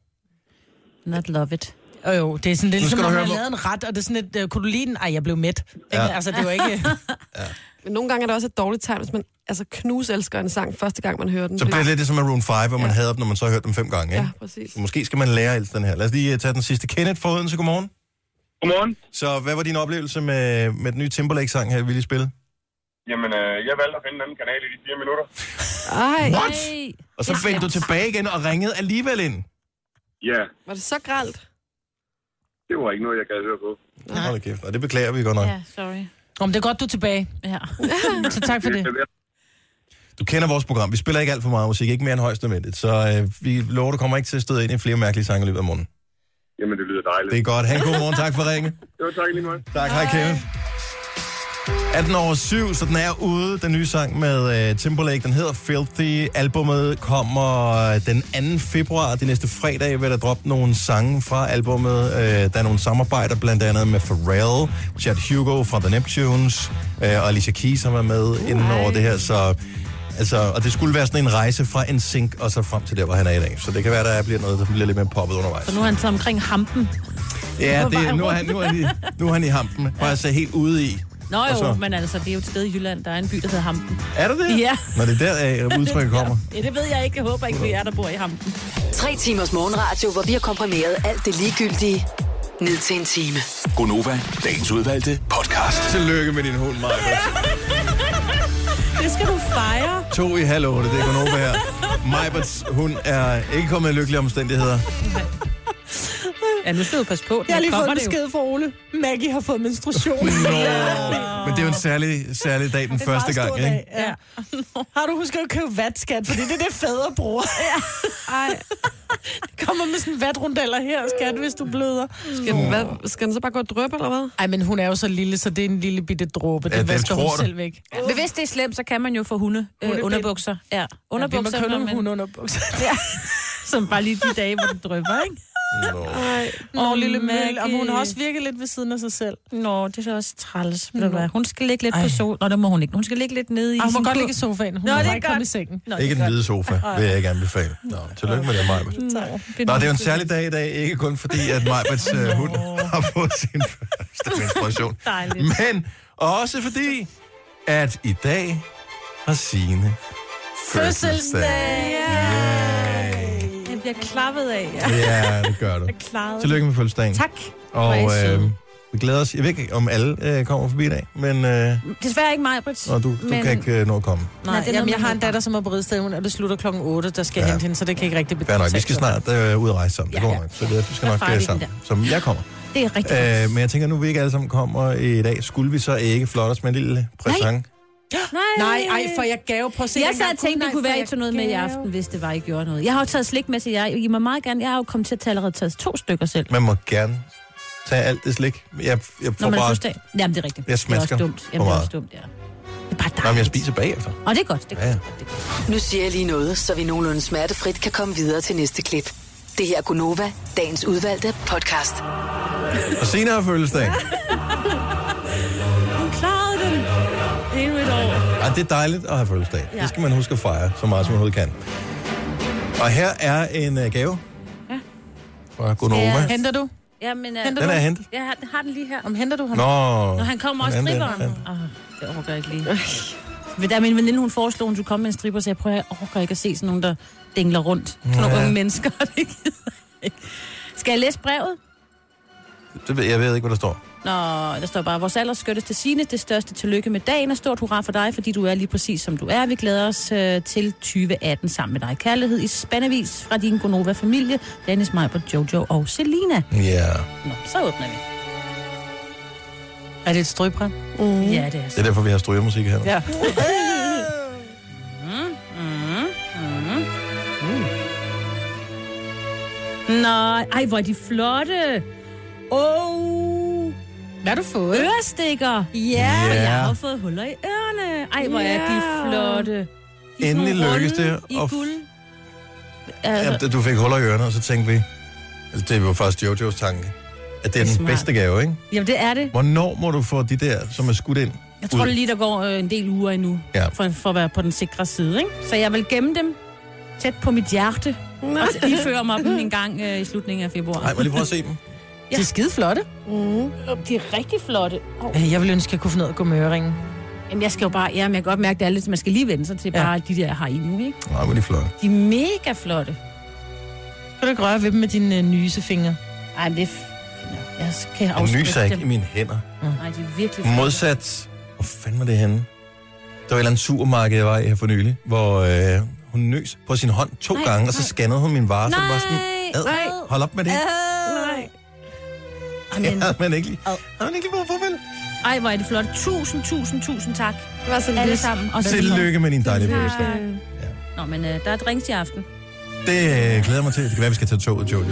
Not love it. Jo, jo, det er sådan lidt ligesom, om man hvor... lavede en ret, og det er sådan et, uh, kunne du lide den? Ej, jeg blev mæt. Ja. Altså, det var ikke... ja. Men nogle gange er det også et dårligt tegn, hvis man altså knuselsker en sang første gang, man hører den. Så bliver det lidt ligesom Maroon fem, hvor man ja. hader dem, når man så har hørt dem fem gange, ikke? Ja, præcis. Så måske skal man lære alt den her. Lad os lige tage den sidste. Kenneth fra Odense, godmorgen. Godmorgen. Så hvad var din oplevelse med, med den nye Timberlake-sang her, vi lige spille? Jamen, øh, jeg valgte at finde en anden kanal i de fire minutter. Ej. What? Ej. Og så vendte du tilbage igen og ringede alligevel ind? Ja. Var det så grelt? Det var ikke noget, jeg gad høre på. Nej. Hold kæft, og det beklager vi godt nok. Ja, sorry. Om det er godt, du er tilbage. Ja. Så tak for det. Du kender vores program. Vi spiller ikke alt for meget musik, ikke mere end højst nødvendigt. Så øh, vi lover, du kommer ikke til at støde ind i flere mærkelige sange i løbet af morgenen. Jamen, det lyder dejligt. Det er godt. Ha' en god morgen. Tak for ringe. Jo, tak lige meget. Tak. Hej, Kevin. atten over syv, så den er ude, den nye sang med uh, Timberlake. Den hedder Filthy. Albummet kommer den anden februar. Det næste fredag vil der droppe nogle sange fra albummet. Uh, der er nogle samarbejder, blandt andet med Pharrell, Chad Hugo fra The Neptunes, uh, og Alicia Keys, som er med uh, inden over det her. Så, altså, og det skulle være sådan en rejse fra en sync og så frem til der, hvor han er i dag. Så det kan være, der bliver noget, der bliver lidt mere poppet undervejs. Så nu er han så omkring hampen. Ja, det, nu, er han, nu, er han i, nu er han i hampen. Faktisk helt ude i. Nå jo, så... men altså, det er jo et sted i Jylland. Der er en by, der hedder Hampen. Er det det? Ja. Når det er der, udtrykket kommer. Ja, det ved jeg ikke. Jeg håber ikke, vi er, der bor i Hampen. Tre timers morgenradio, hvor vi har komprimeret alt det ligegyldige ned til en time. Gonova, dagens udvalgte podcast. Tillykke med din hund, Maja. Det skal du fejre. To i halv otte, det er Gonova her. Majberts hund er ikke kommet i lykkelige omstændigheder. Ja, nu skal du passe på. Jeg har lige fået en besked fra Ole. Maggie har fået menstruation. Nå, men det er jo en særlig, særlig dag den første gang, ikke? Dag, ja. Har du husket at købe vatskat? Fordi det er det, fædre bruger. Ja. Ej. Det kommer med sådan en vatrundeller her, skat, hvis du bløder. Skal den, hvad, skal den så bare gå og dryppe, eller hvad? Ej, men hun er jo så lille, så det er en lille bitte dråbe. Ja, det vasker hun du. selv væk. Ja. Men hvis det er slemt, så kan man jo få hunde øh, underbukser. Ja, underbukser. Ja, vi må man... hunde underbukser. Ja. Som bare lige de dage, hvor det drypper, ikke? Nå. Ej, Nå, lille Mel. Og hun har også virket lidt ved siden af sig selv. Nå, det er så også træls. Hun skal ligge lidt Ej. på sofaen. Nå, det må hun ikke. Hun skal ligge lidt nede i Ej, hun må sin godt kur. ligge i sofaen. Hun Nå, må det er ikke komme i sengen. Nå, ikke den hvide sofa, vil jeg ikke anbefale. Nå, tillykke med det, Majbert. Nå, det er jo en særlig dag i dag. Ikke kun fordi, at Majberts uh, hund har fået sin første menstruation. Dejligt. Men også fordi, at i dag har Signe fødselsdag. Jeg bliver klappet af. Ja, ja det gør du. Tillykke med fødselsdagen. Tak. Og øh, vi glæder os. Jeg ved ikke, om alle øh, kommer forbi i dag, men... Øh, Desværre ikke mig, Britt. Og du, du men... kan ikke øh, nå at komme. Nej, Nej jamen, jeg har en datter, som er på ridestævnen, og det slutter klokken otte, der skal ja. hente hende, så det kan ikke rigtig betale. Nok. Vi skal snart øh, ud og rejse sammen. Ja, det går ja. nok, så det, vi skal nok øh, sammen. Så jeg kommer. Det er rigtig Øh, men jeg tænker, nu vi ikke alle sammen kommer i dag, skulle vi så ikke flotte os med en lille præsent? Nej. Nej, ej, for jeg gave. Prøv at se. Jeg dengang. sad og tænkte, Nej, det kunne for være, jeg I tog noget med i gave. aften, hvis det var, I gjorde noget. Jeg har jo taget slik med til jer. I må meget gerne. Jeg har jo kommet til at tage allerede taget to stykker selv. Man må gerne tage alt det slik. Jeg, jeg får Når man bare... fødselsdag. Jamen, det er rigtigt. Jeg smasker det er også dumt. for Jamen, det er meget. også dumt, ja. Det er bare dejligt. Nå, men jeg spiser bagefter. Og det er godt. Det er Ja, ja. godt. Det er godt. Nu siger jeg lige noget, så vi nogenlunde smertefrit kan komme videre til næste klip. Det her er Gunova, dagens udvalgte podcast. Og Signe har fødselsdag. Hun klarede den. Endnu et år. Ja, det er dejligt at have fødselsdag. Ja. Det skal man huske at fejre, så meget som man overhovedet kan. Og her er en uh, gave. Ja. Fra Gunova. Ja. Henter du? Jamen, uh, Henter Den du? er hentet. jeg har, har den lige her. Om henter du ham? Nå. Når han kommer også Den er stripperen. hentet. Åh, det orker jeg ikke lige. Men da min veninde, hun foreslog, hun skulle komme med en stripper, så jeg prøver, jeg orker ikke at se sådan nogen, der dingler rundt. Sådan nogle Ja. unge mennesker. Det gider jeg ikke. Skal jeg læse brevet? Det ved, jeg ved ikke, hvad der står. Nå, der står bare, vores allerskøtteste Signe, det største tillykke med dagen, og stort hurra for dig, fordi du er lige præcis som du er. Vi glæder os øh, til tyve atten sammen med dig. Kærlighed i spændevis fra din Gonova-familie, Dennis, Majbert, Jojo og Selina. Ja. Nå, så åbner vi. Er det et strøbrænd? Mm. Ja, det er Det så. er derfor, vi har strygermusik her. Ja. Mm, mm, mm. Nej, ej, hvor er de flotte. Åh, oh, Hvad har du fået? ørestikker. Ja, Ja. og jeg har fået huller i ørerne. Ej, hvor er de Ja. flotte. De er sådan Endelig nogle lykkedes det runde i at- guld. Ja, Altså, da du fik huller i ørerne, og så tænkte vi, altså det var faktisk Jojos tanke, at det er Det er den smart. bedste gave, ikke? jamen, det er det. Hvornår må du få de der, som er skudt ind? Jeg tror ud? det lige, der går øh, en del uger endnu, Ja. for, for at være på den sikre side. Ikke? Så jeg vil gemme dem tæt på mit hjerte, og så iføre mig dem en gang øh, i slutningen af februar. Nej, må jeg lige prøve at se dem? De er skide flotte. Mm. De er rigtig flotte. Oh. Øh, Jeg ville ønske, at jeg kunne få ned og gå med øringen. Jamen, jeg skal jo bare, ja, men jeg kan godt mærke, at det er lidt, man skal lige vende sig til Ja. bare de der, jeg har i nu, ikke? Nej, men de er flotte. De er mega flotte. Kan du ikke røre ved dem med dine øh, nysefingre? Ej, men det er... f- Jeg kan En afslutte nyser ikke dem. i mine hænder. Nej, de er virkelig flotte. Modsat, hvor fanden var det henne? Der var et eller andet supermarked, jeg var i her for nylig, hvor øh, hun nøs på sin hånd to Nej, gange, og så nej. scannede hun min vare, så det var sådan, Nej, ad, nej. hold op med det. Nej. Det Amen. havde man ikke lige. Ad. Havde man ikke lige fået farvel. Ej, hvor er det flot. Tusind, tusind, tusind tak. Det var så Alle lidt. sammen. Og Tillykke med din dejlige Tak. fødselsdag. Nå, men øh, der er drinks i aften. Det øh, glæder jeg mig til. Det kan være, vi skal tage toget, Jojo.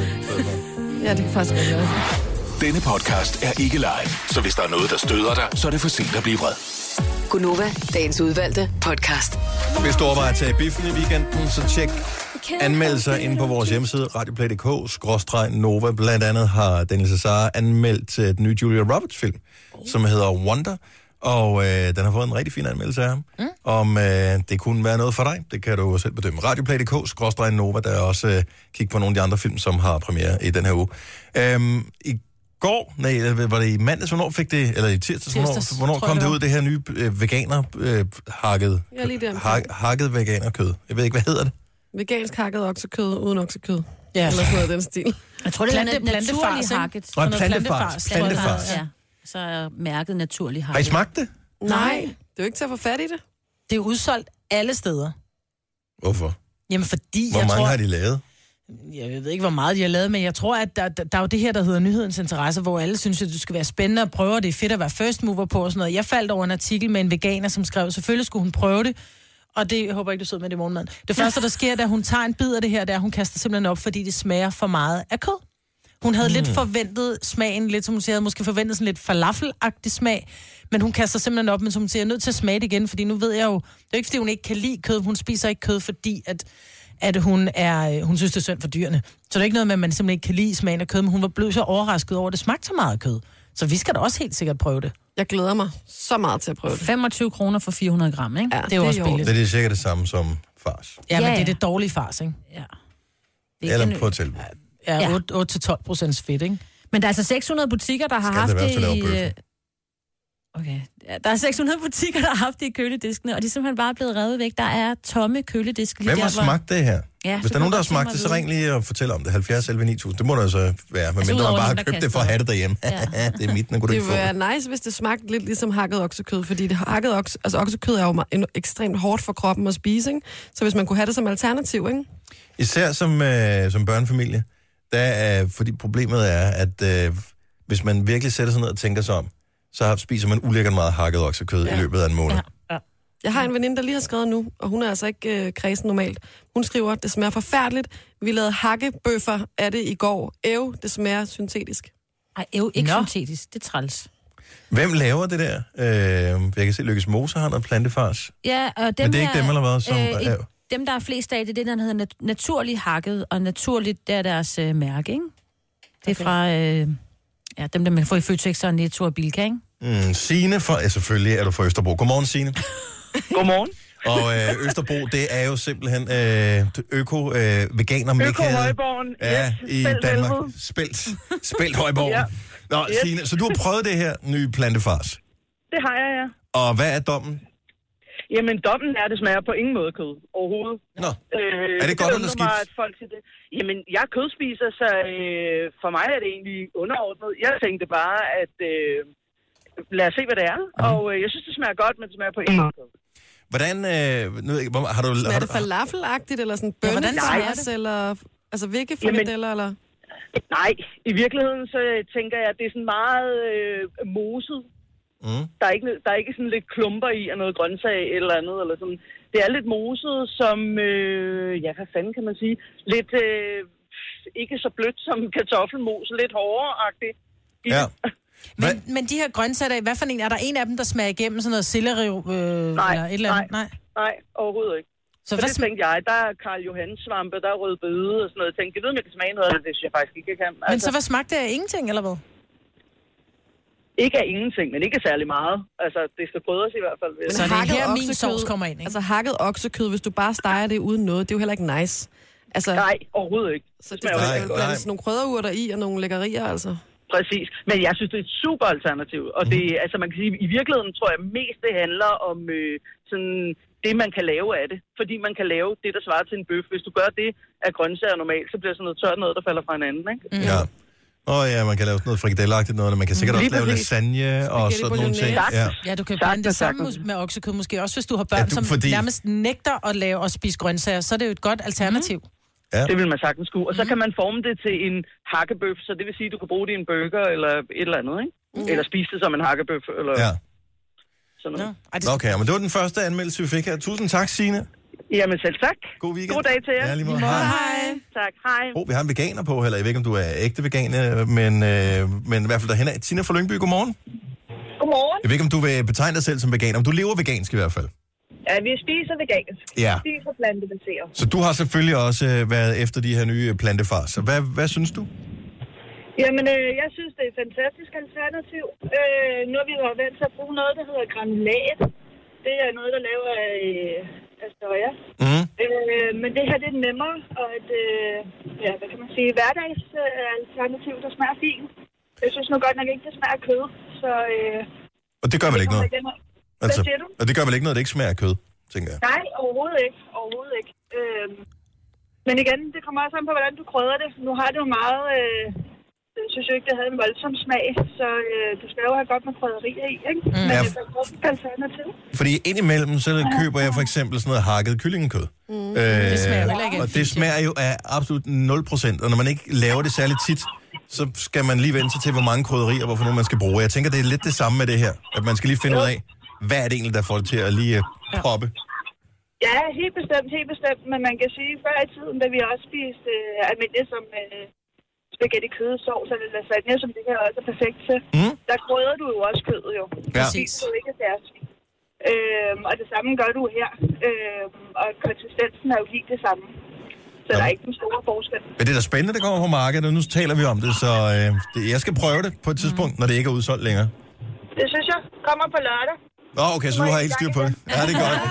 Ja, det kan faktisk godt være. Denne podcast er ikke live, så hvis der er noget, der støder dig, så er det for sent at blive vred. Gunova, dagens udvalgte podcast. Hvis du overvejer at tage i biffen i weekenden, så tjek anmeldelser inde på vores hjemmeside, radioplay punktum d k, skråstreg Nova. Blandt andet har Daniel Cesar anmeldt øh, den nye Julia Roberts-film, som hedder Wonder. Og øh, den har fået en rigtig fin anmeldelse af ham. Mm. Om øh, det kunne være noget for dig, det kan du selv bedømme. radioplay punktum d k, skråstreg Nova, der er også øh, kig på nogle af de andre film, som har premiere i den her uge. Øhm, I går, nej, var det i mandags, hvornår fik det, eller i tirsdags, hvornår, Tirsdags, hvornår tror kom jeg, det det ud, det her nye øh, veganer øh, hakket, Ja, lige der. hak, hakket veganerkød. Jeg ved ikke, hvad hedder det? Vegansk hakket oksekød uden oksekød. Ja. Eller sådan noget af den stil. Jeg tror, det er Plante- nat- naturlig plantefars, ikke? hakket. Nå, Og noget plantefars. plantefars. Plantefars. Ja. Så er mærket naturlig hakket. Har I smagt det? Nej, det er jo ikke til at få fat i det. Det er udsolgt alle steder. Hvorfor? Jamen fordi, Hvor jeg mange tror... har de lavet? Jeg ved ikke, hvor meget de har lavet, men jeg tror, at der, der, der er jo det her, der hedder nyhedens interesse, hvor alle synes, at det skal være spændende at prøve, og det er fedt at være first mover på og sådan noget. Jeg faldt over en artikel med en veganer, som skrev, selvfølgelig skulle hun prøve det, og det jeg håber ikke, du sidder med det i morgenmad. Det første, der sker, da hun tager en bid af det her, det er, at hun kaster simpelthen op, fordi det smager for meget af kød. Hun havde mm. lidt forventet smagen, lidt som hun siger, havde måske forventet sådan lidt falafelagtig smag, men hun kaster simpelthen op, men som hun siger, jeg er nødt til at smage det igen, fordi nu ved jeg jo, det er ikke, fordi hun ikke kan lide kød, hun spiser ikke kød, fordi at at hun, er, hun synes, det er synd for dyrene. Så det er ikke noget med, at man simpelthen ikke kan lide smagen af kød, men hun var blevet så overrasket over, at det smagte så meget kød. Så vi skal da også helt sikkert prøve det. Jeg glæder mig så meget til at prøve det. femogtyve kroner for fire hundrede gram, ikke? Ja, Det er jo også jo. billigt. Det er cirka det samme som fars. Ja, men Ja, det er ja. det dårlige fars, ikke? Ja. Det er Eller ikke på en- et tilbud. Ja, Ja. otte til tolv procent fedt, ikke? Men der er altså seks hundrede butikker, der har Skal haft det være det til at lave i... bøffer? øh, Okay. Ja, der er seks hundrede butikker, der har haft det i kølediskene, og de er simpelthen bare blevet revet væk. Der er tomme kølediske. Hvem har smagt det her? Ja, Hvis der er nogen, der har smagt det, så ring lige og fortæl om det. halvfjerds elleve ni tusind. Det må der jo så være. Men mindre Altså, udover man bare har nogen, der købt det kaster for at have det derhjemme. Ja. Det er mit, den kunne du Det ikke få. ville være nice, hvis det smagte lidt ligesom hakket oksekød, fordi det hakket okse, altså oksekød er jo meget- en- ekstremt hårdt for kroppen at spise, ikke? Så hvis man kunne have det som alternativ, ikke? Især som, øh, som børnefamilie. Der er, fordi problemet er, at øh, hvis man virkelig sætter sig ned og tænker sig om, så spiser man ulækkert meget hakket oksekød ja. i løbet af en måned. Ja. Ja. Jeg har en veninde, der lige har skrevet nu, og hun er altså ikke øh, kredsen normalt. Hun skriver, det smager forfærdeligt. Vi lavede hakkebøffer af det i går. Æv, det smager syntetisk. Ej, æv, ikke Nå. syntetisk. Det er træls. Hvem laver det der? Øh, jeg kan se, Lykkes Mose har noget plantefars. Ja, og dem Men det er ikke her, dem, eller hvad? Som, øh, øh, dem, der er flest af, det er det, der hedder nat- naturligt hakket, og naturligt, det er deres øh, mærke, ikke? Det er okay. fra øh, ja, dem, der man får i Føtex og Netto og Bilka, ikke? Mm, Signe fra... Ja, selvfølgelig er du fra Østerbro. Godmorgen, Signe. Godmorgen. Og øh, Østerbro, det er jo simpelthen øh, øko-veganer øh, Øko-Højborgen, ja, yes, i Spelt Danmark. Helvede. Spelt, Spelt Højborgen. Ja. Nå, yes. Signe, så du har prøvet det her nye plantefars. Det har jeg, ja. Og hvad er dommen? Jamen, dommen er, at det smager på ingen måde kød overhovedet. Nå, øh, er det godt eller skidt? Mig, at folk siger det. Jamen, jeg er kødspiser, så øh, for mig er det egentlig underordnet. Jeg tænkte bare, at øh, lad os se, hvad det er. Mm. Og øh, jeg synes, det smager godt, men det smager på ingen måde kød. Hvordan, øh, nu, hvor, har du... Smager har det du, falafelagtigt, eller sådan Ja, hvordan bønnefars, eller... Altså, hvilke frikadeller, eller... Nej, i virkeligheden så tænker jeg, at det er sådan meget øh, moset. Mm. Der er, ikke, der er ikke sådan lidt klumper i af noget grøntsag eller andet. Eller sådan. Det er lidt moset som, øh, ja, hvad fanden kan man sige, lidt øh, ikke så blødt som kartoffelmos, lidt hårdere-agtigt. Ja. Men, men de her grøntsager, hvad for en? Er der en af dem, der smager igennem sådan noget selleri øh, nej, eller et eller andet? Nej, nej, overhovedet ikke. Så, så hvad det tænkte jeg, der er Karl Johans svampe, der er rødbede og sådan noget. Jeg tænkte, jeg ved, om jeg kan smage noget af det, det synes jeg faktisk ikke, jeg kan. Altså, men så hvad smagte det af ingenting, eller hvad? Ikke af ingenting, men ikke særlig meget. Altså, det skal krydres i hvert fald. Så det er her, min sovs kommer ind, ikke? Altså, hakket oksekød, hvis du bare steger det uden noget, det er jo heller ikke nice. Altså, nej, overhovedet ikke. Så det er jo blandt sådan nogle krydderurter i, og nogle lækkerier, altså. Præcis. Men jeg synes, det er et super alternativ. Og det, mm. altså, man kan sige, i virkeligheden tror jeg mest, det handler om øh, sådan det, man kan lave af det. Fordi man kan lave det, der svarer til en bøf. Hvis du gør det af grøntsager normalt, så bliver sådan noget tørt noget, der falder fra hinanden, ikke? Mm. Ja. Åh oh, ja, man kan lave sådan noget frikadelleagtigt noget, og man kan sikkert lige også lave lasagne og sådan nogle ting. Ja, ja du kan blande det sammen med oksekød, måske også, hvis du har børn, ja, du, som fordi... nærmest nægter at lave og spise grøntsager, så er det jo et godt alternativ. Mm. Ja. Det vil man sagtens kunne. Og så kan man forme det til en hakkebøf, så det vil sige, at du kan bruge det i en burger eller et eller andet, ikke? Mm. Eller spise det som en hakkebøf, eller ja. sådan noget. Ja. Okay, men det var den første anmeldelse, vi fik her. Tusind tak, Signe. Jamen selv tak. God weekend. God dag til jer. Ja, lige måde. Hej. Hej. Tak, hej. Oh, vi har en veganer på, eller jeg ved ikke, om du er ægte veganer, men, øh, men i hvert fald derhen af. Tina fra Lyngby, godmorgen. Godmorgen. Jeg ved ikke, om du vil betegne dig selv som veganer, men du lever vegansk i hvert fald. Ja, vi spiser vegansk. Ja. Vi spiser plantebaseret. Så du har selvfølgelig også øh, været efter de her nye plantefars. Så hvad, hvad synes du? Jamen, øh, jeg synes, det er et fantastisk alternativ. Øh, nu har vi jo vant til at bruge noget, der hedder granulat. Det er noget, der laver af, af soja. Mm. Øh, men det her, det er nemmere, og et, øh, ja, hvad kan man sige, hverdagsalternativ, der smager fint. Jeg synes nu godt nok ikke, det smager kød, så... Øh, og det gør vel ikke noget? Altså, hvad siger du? Og det gør vel ikke noget, det ikke smager af kød, tænker jeg? Nej, overhovedet ikke. Overhovedet ikke. Øh, men igen, det kommer også an på, hvordan du krydder det. Nu har det jo meget... Øh, jeg synes jo ikke, det havde en voldsom smag, så øh, du skal jo have godt med krydderier i, ikke? Mm. Men ja. Det er godt alternativ. Fordi indimellem, så køber jeg for eksempel sådan noget hakket kyllingekød. Mm. Øh, det smager heller ikke. Og det smager jo af absolut nul procent, og når man ikke laver det særligt tit, så skal man lige vente sig til, hvor mange krydderier, hvorfor nogen man skal bruge. Jeg tænker, det er lidt det samme med det her, at man skal lige finde ud af, hvad er det egentlig, der får det til at lige uh, poppe. Ja, helt bestemt, helt bestemt. Men man kan sige, før i tiden, da vi også spiste øh, almindeligt som øh, spaghetti kødsovs eller lasagne, som det her også er perfekt til, mm. der krydder du jo også kødet jo. Ja. Præcis. Du ikke er særligt. Øhm, og det samme gør du her. Øhm, og konsistensen er jo helt det samme. Så ja. Der er ikke en stor forskel. Men det er da spændende, det kommer på markedet, og nu taler vi om det, så øh, det, jeg skal prøve det på et tidspunkt, mm. når det ikke er udsolgt længere. Det synes jeg kommer på lørdag. Nå, okay, så du har helt styr på det. Ja, det er godt.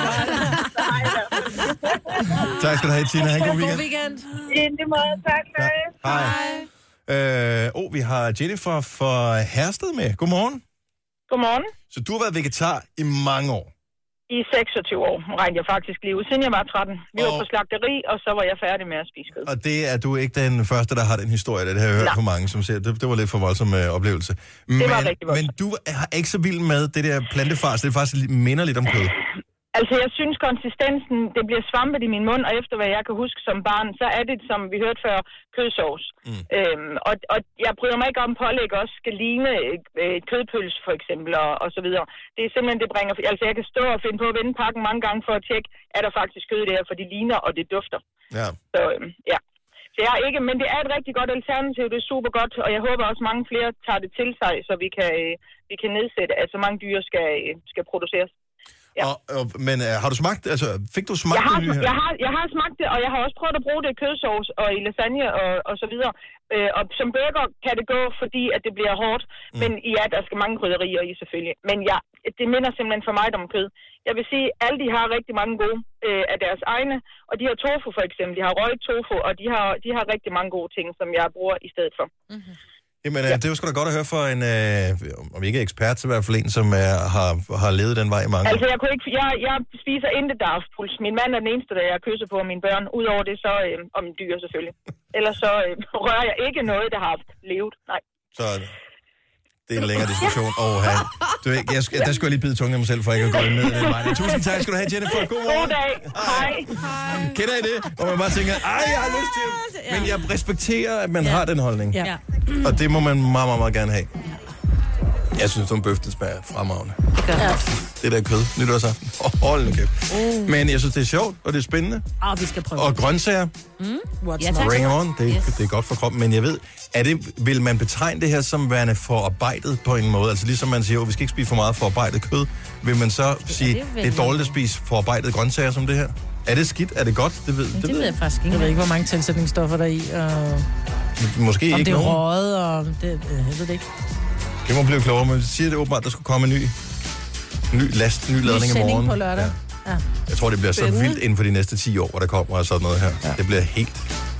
Tak skal du have, Tina. Ha' en god weekend. God weekend. I lige måde. Tak. Ja. Hej. Hej. Øh, oh, vi har Jennifer fra Hersted med. Godmorgen. Godmorgen. Så du har været vegetar i mange år? I seksogtyve år regnede jeg faktisk lige ud, siden jeg var tretten. Vi og... var på slagteri, og så var jeg færdig med at spise kød. Og det er du ikke den første, der har den historie, det har jeg hørt Nej. for mange, som siger, det, det var lidt for voldsom uh, oplevelse. Men, det var rigtig voldsomt. Men du er ikke så vild med det der plantefars, det er faktisk minder lidt om kød. Altså, jeg synes, konsistensen, det bliver svampet i min mund, og efter hvad jeg kan huske som barn, så er det, som vi hørte før, kødsovs. Mm. Øhm, og, og jeg bryder mig ikke om, pålæg også skal ligne øh, kødpøls, for eksempel, og, og så videre. Det er simpelthen, det bringer... Altså, jeg kan stå og finde på at vende pakken mange gange for at tjekke, er der faktisk kød der, for de ligner, og det dufter. Ja. Så, øhm, ja. Så jeg er ikke... Men det er et rigtig godt alternativ, det er super godt, og jeg håber også, mange flere tager det til sig, så vi kan, øh, vi kan nedsætte, at så mange dyr skal, øh, skal produceres. Ja. Og, og, men uh, har du smagt, altså fik du smagt jeg har, det nye her? Jeg har, jeg har smagt det, og jeg har også prøvet at bruge det i kødsovs og i lasagne og, og så videre. Øh, og som burger kan det gå, fordi at det bliver hårdt, mm. men ja, der skal mange krydderier i selvfølgelig. Men ja, det minder simpelthen for mig om kød. Jeg vil sige, at alle de har rigtig mange gode øh, af deres egne, og de har tofu for eksempel, de har røget tofu, og de har, de har rigtig mange gode ting, som jeg bruger i stedet for. Mm-hmm. Jamen, ja. Det er jo sgu da godt at høre for en, øh, om ikke ekspert, så i hvert fald en, som er, har, har levet den vej i mange år. Altså, jeg, kunne ikke, jeg, jeg spiser intet dagspuls. Min mand er den eneste, der jeg kysser på, og mine børn. Udover det, så øh, om dyr selvfølgelig. Ellers så øh, rører jeg ikke noget, der har haft levet. Nej. Så det er en længere diskussion. Åh, oh, hey. Du, jeg, jeg, der skulle jeg lige bide tungen af mig selv, for ikke at gå ned i den vej. Tusind tak skal du have, Jennifer. God morgen. God dag. Hej. Hej. Kender I det? Og man bare tænker, ej, jeg har lyst til det. Men jeg respekterer, at man ja. har den holdning. Ja. Og det må man meget, meget, meget gerne have. Jeg synes, at bøf, den smager fremragende. Ja. Det der kød, nytårsaften. Oh, hold nu kæft. Uh. Men jeg synes, det er sjovt, og det er spændende. Og vi skal prøve. Og grøntsager. Mm. Ja, bring on. Det, yes. det er godt for kroppen. Men jeg ved, er det, vil man betegne det her som værende forarbejdet på en måde? Altså ligesom man siger, at vi skal ikke spise for meget forarbejdet kød. Vil man så det sige, det, det er dårligt at spise forarbejdet grøntsager som det her? Er det skidt? Er det godt? Det ved, det, det ved jeg, jeg faktisk ikke. Jeg ved ikke, hvor mange tilsætningsstoffer der er i. Og... Måske om ikke det er nogen. røget, og det, jeg ved det ikke. Det må blive klogere, men vi siger det åbenbart, der skulle komme en ny, ny last, ny ladning i morgen. På lørdag. Ja. Ja. Jeg tror, det bliver Spændende. så vildt inden for de næste ti år, hvor der kommer sådan noget her. Ja. Det bliver helt...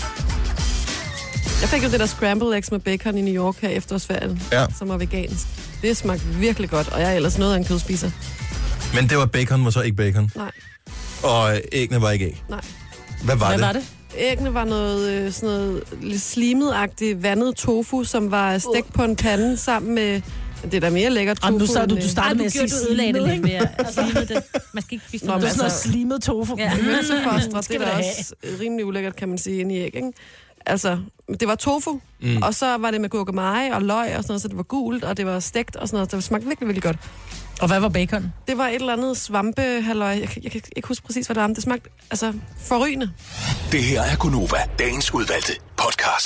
Jeg fik jo det der scrambled eggs med bacon i New York her efterårsferien, ja. som var vegansk. Det smagte virkelig godt, og jeg er ellers noget af en kødspiser. Men det var bacon, var så ikke bacon? Nej. Og æggene var ikke æg? Nej. Hvad var Hvad det? var det? Æggene var noget, øh, sådan noget lidt slimet-agtigt vandet tofu, som var stegt uh. på en pande sammen med... Det er da mere lækkert tofu. Og nu startede du, du startede med at sige slimet, du lidt mere. Slimet det. Man skal ikke spise noget. Det er sådan noget slimet tofu. Ja. Hønsefostre, det er da også rimelig ulækkert, kan man sige, inde i æg, ikke? Altså, det var tofu, mm. og så var det med gurkemeje og løg og sådan noget, så det var gult, og det var stegt og sådan noget. Det smagte virkelig, virkelig godt. Og hvad var bacon? Det var et eller andet svampehalløj. Jeg, jeg, jeg kan ikke huske præcis, hvad det var, men det smagte altså forrygende. Det her er Gonova, dagens udvalgte podcast.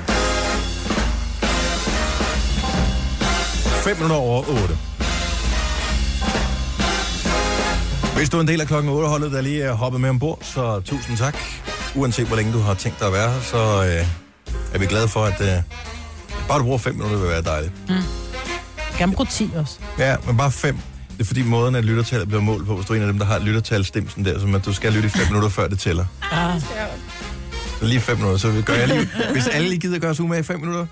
fem minutter over otte. Hvis du er en del af klokken otte-holdet, der lige er hoppet med ombord, så tusind tak. Uanset hvor længe du har tænkt dig at være her, så øh, er vi glade for, at øh, bare du bruger fem minutter, vil være dejligt. Mm. Gerne bruge ti også. Ja, men bare fem. Det er fordi måden, at lyttertallet bliver målt på, hvis du er en af dem, der har lyttertalstimsen der, som at du skal lytte i fem minutter, før det tæller. Ah. Så lige fem minutter, så gør jeg lige... Hvis alle lige gider gøre sig umage i fem minutter.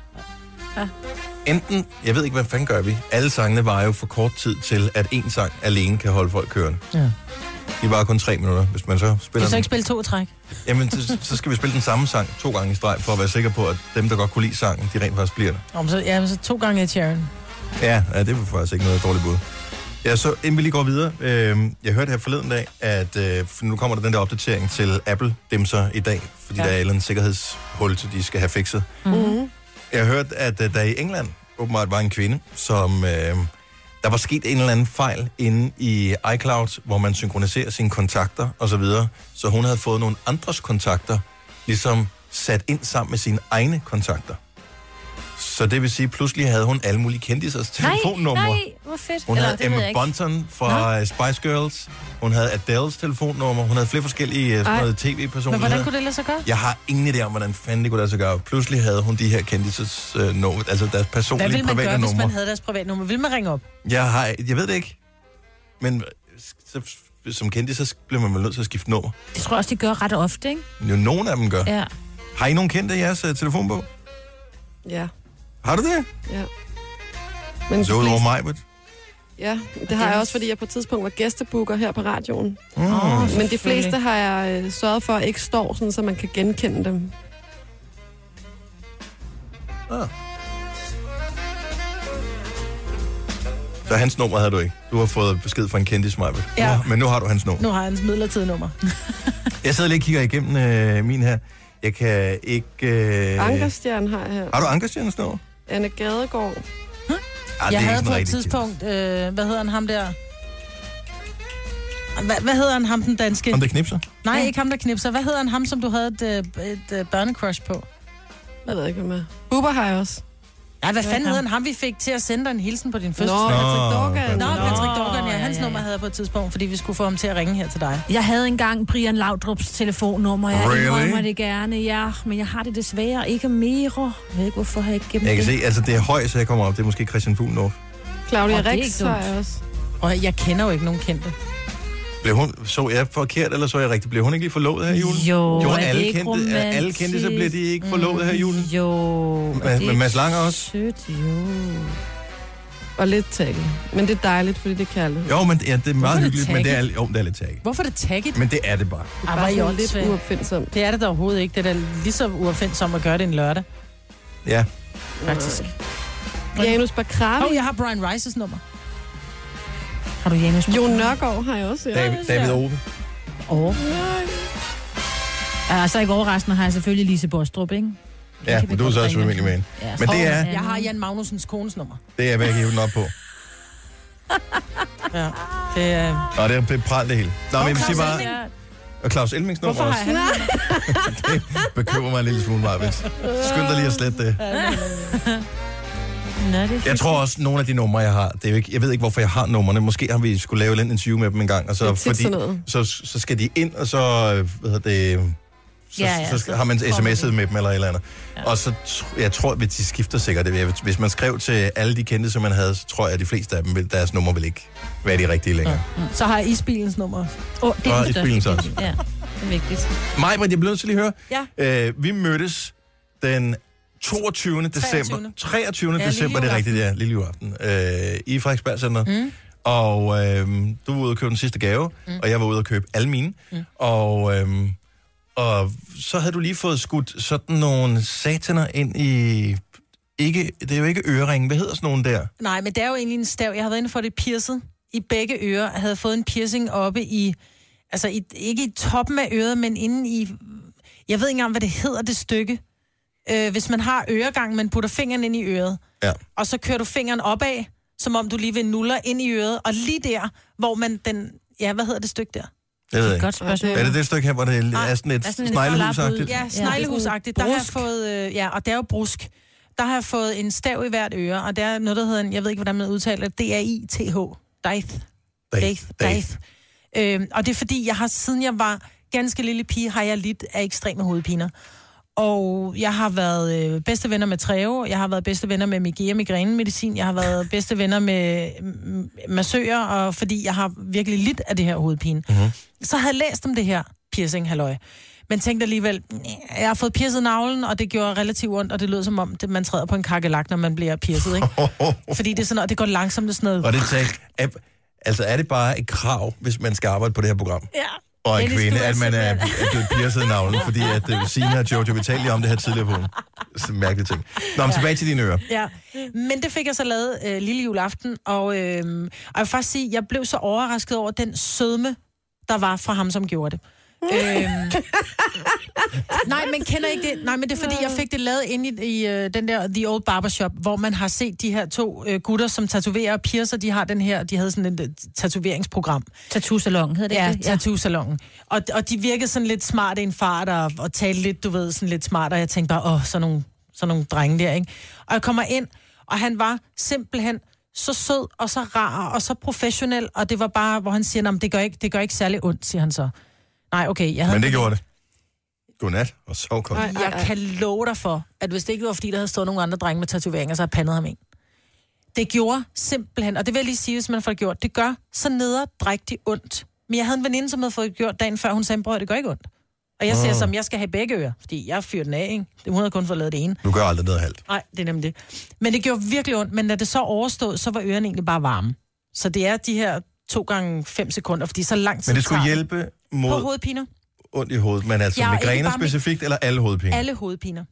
Ja. Enten, jeg ved ikke, hvad fanden gør vi. Alle sangene var jo for kort tid til, at én sang alene kan holde folk kørende. Ja. De var kun tre minutter, hvis man så spiller... Du så ikke spille to træk? Jamen, så, så skal vi spille den samme sang to gange i streg, for at være sikker på, at dem, der godt kunne lide sangen, de rent faktisk bliver det. Om så, ja, så to gange i Sharon. Ja, ja, det var faktisk ikke noget dårligt bud. Ja, så inden vi lige går videre. Øh, jeg hørte her forleden dag, at øh, nu kommer der den der opdatering til Apple-dimser i dag, fordi ja. der er et eller andet sikkerhedshul, så de skal have fikset. Mm-hmm. Jeg har hørt, at øh, der i England åbenbart var en kvinde, som... Øh, der var sket en eller anden fejl inde i iCloud, hvor man synkroniserer sine kontakter osv., så, videre, så hun havde fået nogle andres kontakter, ligesom sat ind sammen med sine egne kontakter. Så det vil sige, pludselig havde hun alle mulige kendisers telefonnumre. Nej, nej, hvor fedt. Hun Eller, havde Emma Bunton fra Nå. Spice Girls. Hun havde Adele's telefonnummer. Hun havde flere forskellige sådan noget tv-personer. Men hvordan kunne det lade sig gøre? Jeg har ingen idé om, hvordan fanden det kunne lade sig gøre. Pludselig havde hun de her kendisers uh, nummer, altså deres personlige private nummer. Hvad ville man gøre, hvis man havde deres private nummer? Vil man ringe op? Jeg, har, jeg ved det ikke. Men så, som kendis, så bliver man vel nødt til at skifte nummer. Det tror jeg også, de gør ret ofte, ikke? Jo, nogle af dem gør. Ja. Har I nogen kendte i jeres uh, telefonbog? Ja. Har du det? Ja. Men så udover mig, but? Ja, det har jeg også, fordi jeg på et tidspunkt var gæstebooker her på radioen. Mm. Oh, men de fleste har jeg øh, sørget for at ikke står, sådan, så man kan genkende dem. Ah. Så hans nummer havde du ikke. Du har fået besked fra en kendis, Maja. Ja. Men nu har du hans nummer. Nu har jeg hans midlertidige nummer. Jeg sidder lige og kigger igennem øh, min her. Jeg kan ikke... Øh... Ankerstjerne har jeg her. Har du Ankerstjernes nummer? Anne Gadegaard. Hm? Ah, jeg havde på et tidspunkt... Øh, hvad hedder han ham der? Hvad, hvad hedder han ham den danske? Ham der knipser? Nej, ja. Ikke ham der knipser. Hvad hedder han ham, som du havde et, et, et børnecrush på? Jeg ved ikke, hvad med. Bubber har jeg også. Ja, hvad fanden hedder han ham, vi fik til at sende dig en hilsen på din fødselsdag? Nå, Patrick Dorgan. Nå, Patrick Dorgan, ja. ja, Hans ja. nummer havde jeg på et tidspunkt, fordi vi skulle få ham til at ringe her til dig. Jeg havde engang Brian Laudrups telefonnummer. Jeg Really? indrømmer det gerne, ja. Men jeg har det desværre ikke mere. Jeg ved ikke, hvorfor har jeg ikke gemt Jeg kan det. se, altså det er højt, så jeg kommer op. Det er måske Christian Fuglendorf. Claudia Åh, det er Rix ikke har dumt. jeg også. Og jeg kender jo ikke nogen kendte. Blev hun, så jeg forkert, eller så jeg rigtigt? Blev hun ikke lige forlovet her i julen? Jo, jo er det alle ikke kendte, romantisk? alle kendte, så bliver de ikke forlovet her i julen. Jo. Med, med Mads Langer også? Sødt, jo. Og lidt tagget. Men det er dejligt, fordi det er kærlighed. Jo, men ja, det er meget er det hyggeligt, men det er, tagget? jo, det er lidt tagget. Hvorfor er det tagget? Men det er det bare. Det er Ah, bare hvor er I sådan lidt åndssvagt. uopfindsomt. Det er det da overhovedet ikke. Det er da lige så uopfindsomt at gøre det en lørdag, Ja. faktisk. Janus Bakravi. Åh, oh, jeg har Brian Rices nummer. Har du Janus? Jon Nørgaard har jeg også. Ja. David, David Ove. Åh. Altså ikke overraskende har jeg selvfølgelig Lise Bostrup, ikke? Ja, kan vi men du er godt så også ringe familie med til. hende. Ja, Men det er, Jeg har Jan Magnusens kones nummer. det er, hvad jeg kan hive den op på. Ja, det er... Nå, det er, det er pral det hele. Nå, men jeg vil sige Claus bare... Elming. Og Claus Elmings nummer Hvorfor også. har jeg han Det bekymrer mig en lille smule meget, hvis. Skynd dig lige at slette det. Nå, det er Jeg tror også, nogle af de numre, jeg har, det er jo ikke, jeg ved ikke, hvorfor jeg har numrene. Måske har vi skulle lave en interview med dem en gang, og så, Det er tit fordi, sådan noget. så, så skal de ind, og så, øh, hvad hedder det, så, Ja, ja, ja, ja, så, skal, så har man kommer sms'et det. med dem eller et eller andet. Ja. Og så, tr- jeg tror, at de skifter sikkert. Det. Hvis man skrev til alle de kendte, som man havde, så tror jeg, at de fleste af dem, vil, deres nummer vil ikke være de rigtige længere. Så har jeg isbilens nummer. Åh, det er Og den i bilen så største. Ja, det er vigtigt. Maj, jeg bliver nødt til lige at høre. Ja. Øh, vi mødtes den toogtyvende december. treogtyvende. treogtyvende Ja, december, det er rigtigt, ja. Lille juleaften. Øh, I Frederiksberg Center. Mm. Og øh, du var ude og købe den sidste gave, mm. og jeg var ude og købe alle mine. Mm. Og, øh, og så havde du lige fået skudt sådan nogle sataner ind i... Ikke, det er jo ikke øreringen. Hvad hedder sådan nogle der? Nej, men det er jo egentlig en stav. Jeg havde været inde for det piercet i begge ører. Jeg havde fået en piercing oppe i... Altså, i, ikke i toppen af øret, men inde i... Jeg ved ikke engang, hvad det hedder, det stykke. Øh, hvis man har øregang, man putter fingeren ind i øret, Ja. og så kører du fingeren opad, som om du lige vil nuller ind i øret, og lige der, hvor man den... Ja, hvad hedder det stykke der? Jeg ved ikke. Godt spørgsmål. Er det det stykke her, hvor det er Nej. sådan et Er sådan en sneglehusagtigt? Ja, sneglehusagtigt. Der har jeg fået... Øh, ja, og det er jo brusk. Der har jeg fået en stav i hvert øre, og der er noget, der hedder en... Jeg ved ikke, hvordan man udtaler det. D A I T H. Daith. Daith. Daith. Øhm, og det er fordi, jeg har, siden jeg var ganske lille pige, har jeg lidt af ekstreme hovedpiner. Og jeg har været øh, bedste venner med Treo, jeg har været bedste venner med Migea migrænemedicin, jeg har været bedste venner med mm, massører, og fordi jeg har virkelig lidt af det her hovedpine. Mm-hmm. Så havde jeg læst om det her piercing, halløj. Men tænkte alligevel, jeg har fået piercet navlen, og det gjorde relativt ondt, og det lød som om, det, man træder på en kakkelak, når man bliver piercet, ikke? Fordi det er sådan noget, det går langsomt, det er sådan noget... Og det tag, er, altså er det bare et krav, hvis man skal arbejde på det her program? Ja. Og en Dennis, kvinde, du er at man er, er simpelthen- blevet piercet i navlen, fordi at uh, Signe og Jojo, vi talte lige om det her tidligere på ugen. Så mærkelige ting. Nå, men tilbage til dine ører. Ja, men det fik jeg så lavet øh, lille juleaften, og, øh, og jeg vil faktisk sige, jeg blev så overrasket over den sødme, der var fra ham, som gjorde det. øhm, nej, men kender ikke det? Nej, men det er fordi, jeg fik det lavet ind i, i uh, den der The Old Barbershop, hvor man har set de her to uh, gutter, som tatoverer og piercer. De har den her, de havde sådan et uh, tatoveringsprogram. Tattoo-salon, hedder det Ja, ikke det? tattoo-salongen. Og, og de virkede sådan lidt smart i en fart, og, og talte lidt, du ved, sådan lidt smart, og jeg tænkte bare, åh, sådan nogle, sådan nogle drenge der, ikke? Og jeg kommer ind, og han var simpelthen så sød, og så rar, og så professionel, og det var bare, hvor han siger, "Nå, men det gør ikke, det gør ikke særlig ondt", siger han så. Nej, okay, jeg havde... Men det gjorde det. Godnat, og sov godt. Jeg kan love dig for, at hvis det ikke var, fordi der havde stået nogle andre drenge med tatoveringer, så havde jeg pandet ham ind. Det gjorde simpelthen, og det vil jeg lige sige, hvis man får det gjort, det gør så nederdrægtigt ondt. Men jeg havde en veninde, som havde fået det gjort dagen før, hun sagde, bror, det gør ikke ondt. Og jeg siger Ah. som, jeg skal have begge ører, fordi jeg fyrer den af, ikke? Hun havde kun fået lavet det ene. Du gør aldrig noget halvt. Nej, det er nemlig det. Men det gjorde virkelig ondt, men da det så overstod, så var ørerne egentlig bare varme. Så det er de her to gange fem sekunder, fordi så lang tid Men det skulle tager hjælpe på mod hovedpiner. ondt i hovedet, men altså Ja, ikke migræner bare mig- specifikt, eller alle hovedpine? Alle hovedpiner.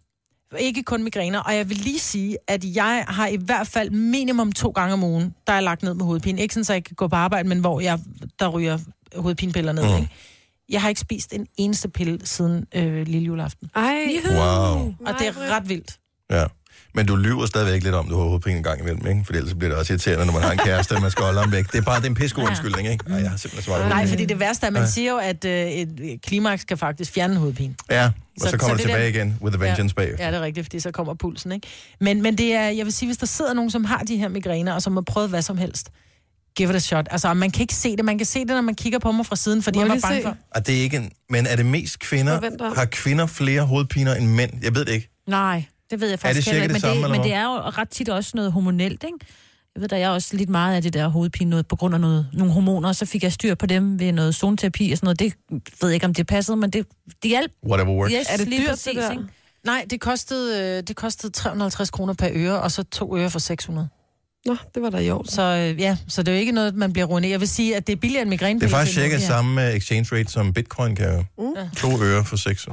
Ikke kun migræner. Og jeg vil lige sige, at jeg har i hvert fald minimum to gange om ugen, der er lagt ned med hovedpine. Ikke sådan, så jeg kan gå på arbejde, men hvor jeg, der ryger hovedpinepiller ned. Mm. Ikke? Jeg har ikke spist en eneste pille siden øh, lille juleaften. Ej. Wow. Og det er ret vildt. Ja. Men du lyver stadigvæk lidt om, du har hovedpine en gang imellem, ikke? For ellers bliver det også irriterende, når man har en kæreste, og man skal holde ham væk. Det er bare den pisse god undskyldning, ikke? Nej, jeg har simpelthen svaret. Nej, fordi det værste er, at man siger jo, at øh, et klimaks kan faktisk fjerne en hovedpine. Ja, og så, så kommer så det tilbage der... igen, with a vengeance ja, bagefter. Ja, det er rigtigt, fordi så kommer pulsen, ikke? Men, men det er, jeg vil sige, hvis der sidder nogen, som har de her migræner, og som har prøvet hvad som helst, give it a shot. Altså, man kan ikke se det. Man kan se det, når man kigger på mig fra siden, fordi jeg var bange for. Og det er ikke en... Men er det mest kvinder? Har kvinder flere hovedpiner end mænd? Jeg ved det ikke. Nej, det ved jeg faktisk ikke. Er det men, samme, det, men det er jo ret tit også noget hormonelt, ikke? Jeg ved, der er også lidt meget af det der hovedpine noget, på grund af noget, nogle hormoner, og så fik jeg styr på dem ved noget zoneterapi og sådan noget. Det ved jeg ikke, om det passede, men det, det hjalp. Whatever works. Yes, er det dyrt, præcis, det der? Ikke? Nej, det kostede, det kostede tre hundrede og halvtreds kroner per øre, og så to øre for seks hundrede. Nå, det var da i år. Så øh, ja, så det er jo ikke noget, man bliver ruineret. Jeg vil sige, at det er billigere end migrænepille. Det er faktisk cirka samme exchange rate, som bitcoin kan jo. Mm. To øre for seks.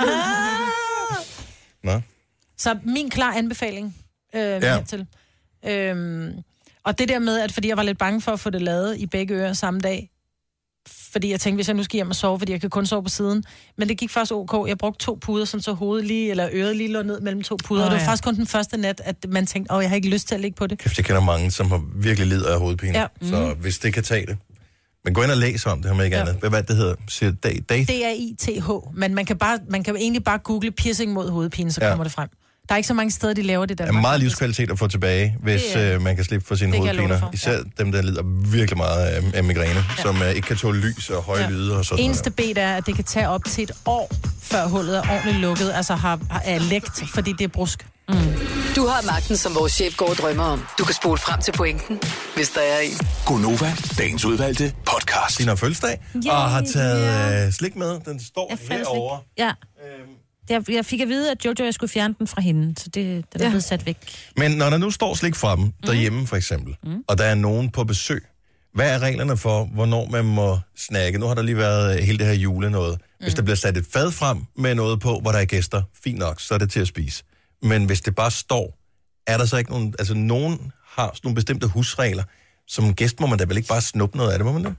Nå. Så min klar anbefaling øh, ja. hertil. Øhm, og det der med, at fordi jeg var lidt bange for at få det lavet i begge ører samme dag, fordi jeg tænkte, hvis jeg nu skal hjem og sove, fordi jeg kan kun sove på siden. Men det gik faktisk ok. Jeg brugte to puder, sådan så hovedet lige, eller øret lige lå ned mellem to puder. Oh, og det var ja. faktisk kun den første nat, at man tænkte, åh, oh, jeg har ikke lyst til at ligge på det. Kæft, jeg kender mange, som har virkelig lider af hovedpine. Ja. Mm. Så hvis det kan tage det. Men gå ind og læs om det, her med ikke ja. andet. Hvad, hvad det hedder? Siger det, det? D A I T H. Men man kan, bare, man kan egentlig bare google piercing mod hovedpine, så ja. kommer det frem. Der er ikke så mange steder, de laver det der. Der er meget livskvalitet at få tilbage, hvis det, øh, man kan slippe for sine hovedpiner. Især ja. dem, der lider virkelig meget af, af migræne, ja. som øh, ikke kan tåle lys og høje ja. lyde og sådan. Eneste bed er, at det kan tage op til et år, før hullet er ordentligt lukket, altså har, har, er lægt, fordi det er brusk. Mm. Du har magten, som vores chef går og drømmer om. Du kan spole frem til pointen, hvis der er en. Gonova, dagens udvalgte podcast. Din har fødselsdag, yeah, og har taget yeah. øh, slik med. Den står herovre. Ja. Øhm. Jeg, jeg fik at vide, at Jojo, jeg skulle fjerne den fra hende, så det, den er ja. blevet sat væk. Men når der nu står slik fremme, derhjemme for eksempel, mm. og der er nogen på besøg, hvad er reglerne for, hvornår man må snakke? Nu har der lige været hele det her jule noget. Hvis mm. der bliver sat et fad frem med noget på, hvor der er gæster, fint nok, så er det til at spise. Men hvis det bare står, er der så ikke nogen... Altså, nogen har sådan nogle bestemte husregler. Som gæst må man da vel ikke bare snuppe noget af det, må man det?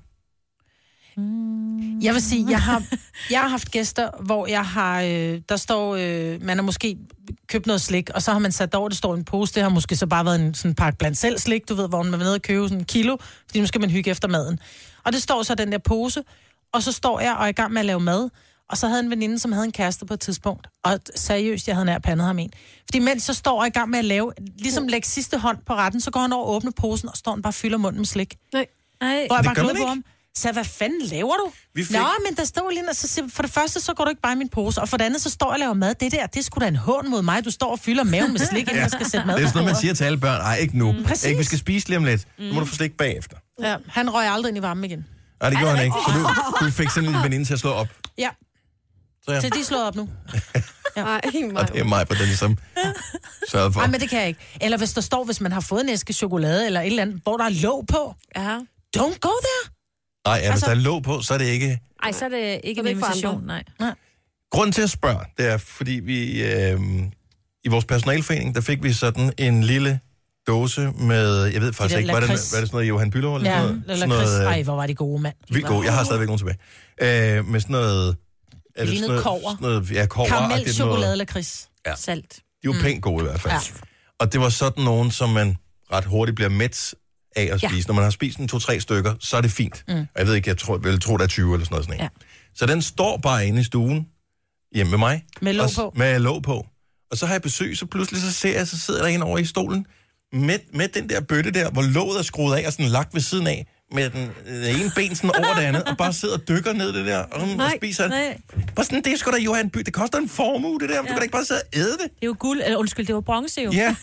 Jeg vil sige, jeg har, jeg har haft gæster, hvor jeg har, øh, der står, øh, man har måske købt noget slik, og så har man sat over, det står en pose, det har måske så bare været en sådan pakke blandt selv slik, du ved, hvor man er nede og købe sådan en kilo, fordi nu skal man hygge efter maden. Og det står så den der pose, og så står jeg og er i gang med at lave mad, og så havde en veninde, som havde en kæreste på et tidspunkt, og seriøst, jeg havde nær pandet ham en. Fordi mens så står jeg i gang med at lave, ligesom lægge sidste hånd på retten, så går han over og åbner posen, og står han bare og fylder munden med slik. Nej. Ej. Hvor jeg bare glad på ham. Så hvad fanden laver du? Fik... Nå, men der står lige, og så siger, for det første, så går du ikke bare i min pose, og for det andet, så står jeg og laver mad. Det der, det er sgu da en hån mod mig. Du står og fylder maven med slik, inden ja. man skal sætte mad. Det er sådan noget, man siger til alle børn. Ej, ikke nu. Mm. Ikke, vi skal spise lige om lidt. Mm. Nu må du få slik bagefter. Ja, han røg aldrig ind i varmen igen. Nej, det gjorde han ikke. Så du, du fik sådan en veninde til at slå op. Ja. Så, ja. Så de slår op nu. Ja. Ej, og det er mig på den ligesom sørget for. Nej, men det kan jeg ikke. Eller hvis der står, hvis man har fået en æske chokolade, eller et eller andet, hvor der er låg på. Ja. Don't go there. Nej, ja, hvis altså, der er låg på, så er det ikke... Nej, så er det ikke en invitation, nej. nej. Grunden til at spørge, det er, fordi vi øh, i vores personalforening, der fik vi sådan en lille dåse med, jeg ved faktisk ikke, var det, var det sådan noget Johan Bülow? Eller ja, sådan noget, eller Chris. Ej, hvor var de gode, mand. Vildt gode, jeg har stadigvæk nogen tilbage. Øh, med sådan noget... Er det sådan noget kover. Sådan noget, ja, kover. Karamel, chokolade eller Chris. Ja. Salt. De var pænt gode i hvert fald. Ja. Og det var sådan nogen, som man ret hurtigt bliver mæt af at spise. Ja. Når man har spist en to-tre stykker, så er det fint. Mm. Og jeg ved ikke, jeg tror, jeg tror, der er tyve eller sådan noget. Sådan ja. Så den står bare inde i stuen, hjemme med mig. Med låg på. Med låg på. Og så har jeg besøg, så pludselig så ser jeg, så sidder der en over i stolen, med, med den der bøtte der, hvor låget er skruet af og sådan lagt ved siden af, med den ene ben sådan over det andet, og bare sidder og dykker ned det der, og, nej, og spiser nej. Bare sådan, det er sgu da Johan By, det koster en formue, det der, ja. Du kan da ikke bare sidde og æde det. Det er jo guld, eller undskyld, det var bronze jo. Ja.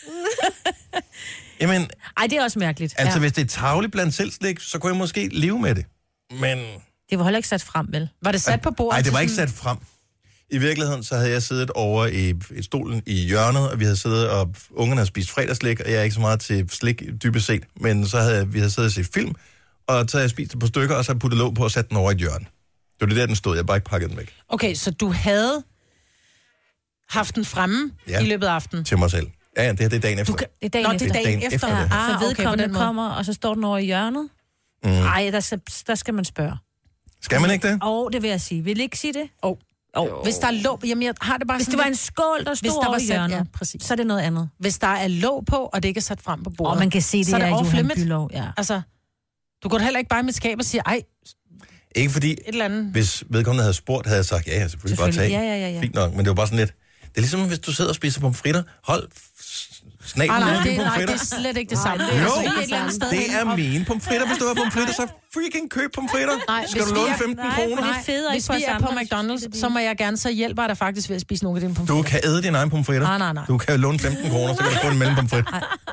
Jamen, ej, det er også mærkeligt. Altså, ja. hvis det er tavligt blandt selvslik, så kunne jeg måske leve med det. Men... Det var heller ikke sat frem, vel? Var det sat på bordet? Nej, det var ikke sat frem. I virkeligheden, så havde jeg siddet over i, i stolen i hjørnet, og vi havde siddet, og ungerne havde spist fredagslik, og jeg er ikke så meget til slik, dybest set. Men så havde vi havde siddet og set film, og så havde jeg spist et par stykker, og så puttet låg på og sat den over i et hjørne. Det var det der, den stod. Jeg bare ikke pakket den væk. Okay, så du havde haft den fremme Ja. i løbet af aftenen. Til mig selv. Ja, ja, det her det er dagen efter. kan- Det er dagen Nå, efter. det er dagen efter. det. Ah, Så okay, på vedkommende den måde. kommer, og så står den over i hjørnet. Mm. Nej, der, skal- der skal man spørge. Skal man ikke det? Åh, oh, det vil jeg sige. Vil I ikke sige det? Oh. Oh. Hvis der er låg, jamen jeg har det bare Hvis sådan det var en lidt- skål, der Hvis stod der over var i sat- hjørnet, ja, præcis. så er det noget andet. Hvis der er låg på, og det ikke er sat frem på bordet. Og man kan se, det så er er det off Johan limit. Bülow, ja. Altså, du går da heller ikke bare i mit skab og siger, ej, Ikke fordi, et eller andet. hvis vedkommende havde spurgt, havde jeg sagt, ja, ja, selvfølgelig, bare tage. Selvfølgelig. Ja, ja, ja, ja. Fint nok, men det var bare sådan lidt... Det er ligesom, hvis du sidder og spiser pomfritter. Hold snablen Ah, nej, ude det, på nej, det pomfritter. er slet ikke det samme. Jo, Det er altså et eller andet sted det hen. er Og- mine pomfritter. Hvis du har pomfritter, så freaking køb pomfritter. Nej, Skal hvis du vi låne er- femten nej, kroner? nej, Det er federe Hvis ikke vi for er os på andre, McDonald's, så må jeg gerne, så hjælper jeg dig faktisk ved at spise nogle af dine pomfritter. Du kan æde dine egne pomfritter. Nej, nej, nej. Du kan jo låne femten kroner, så kan du få en mellempomfrit.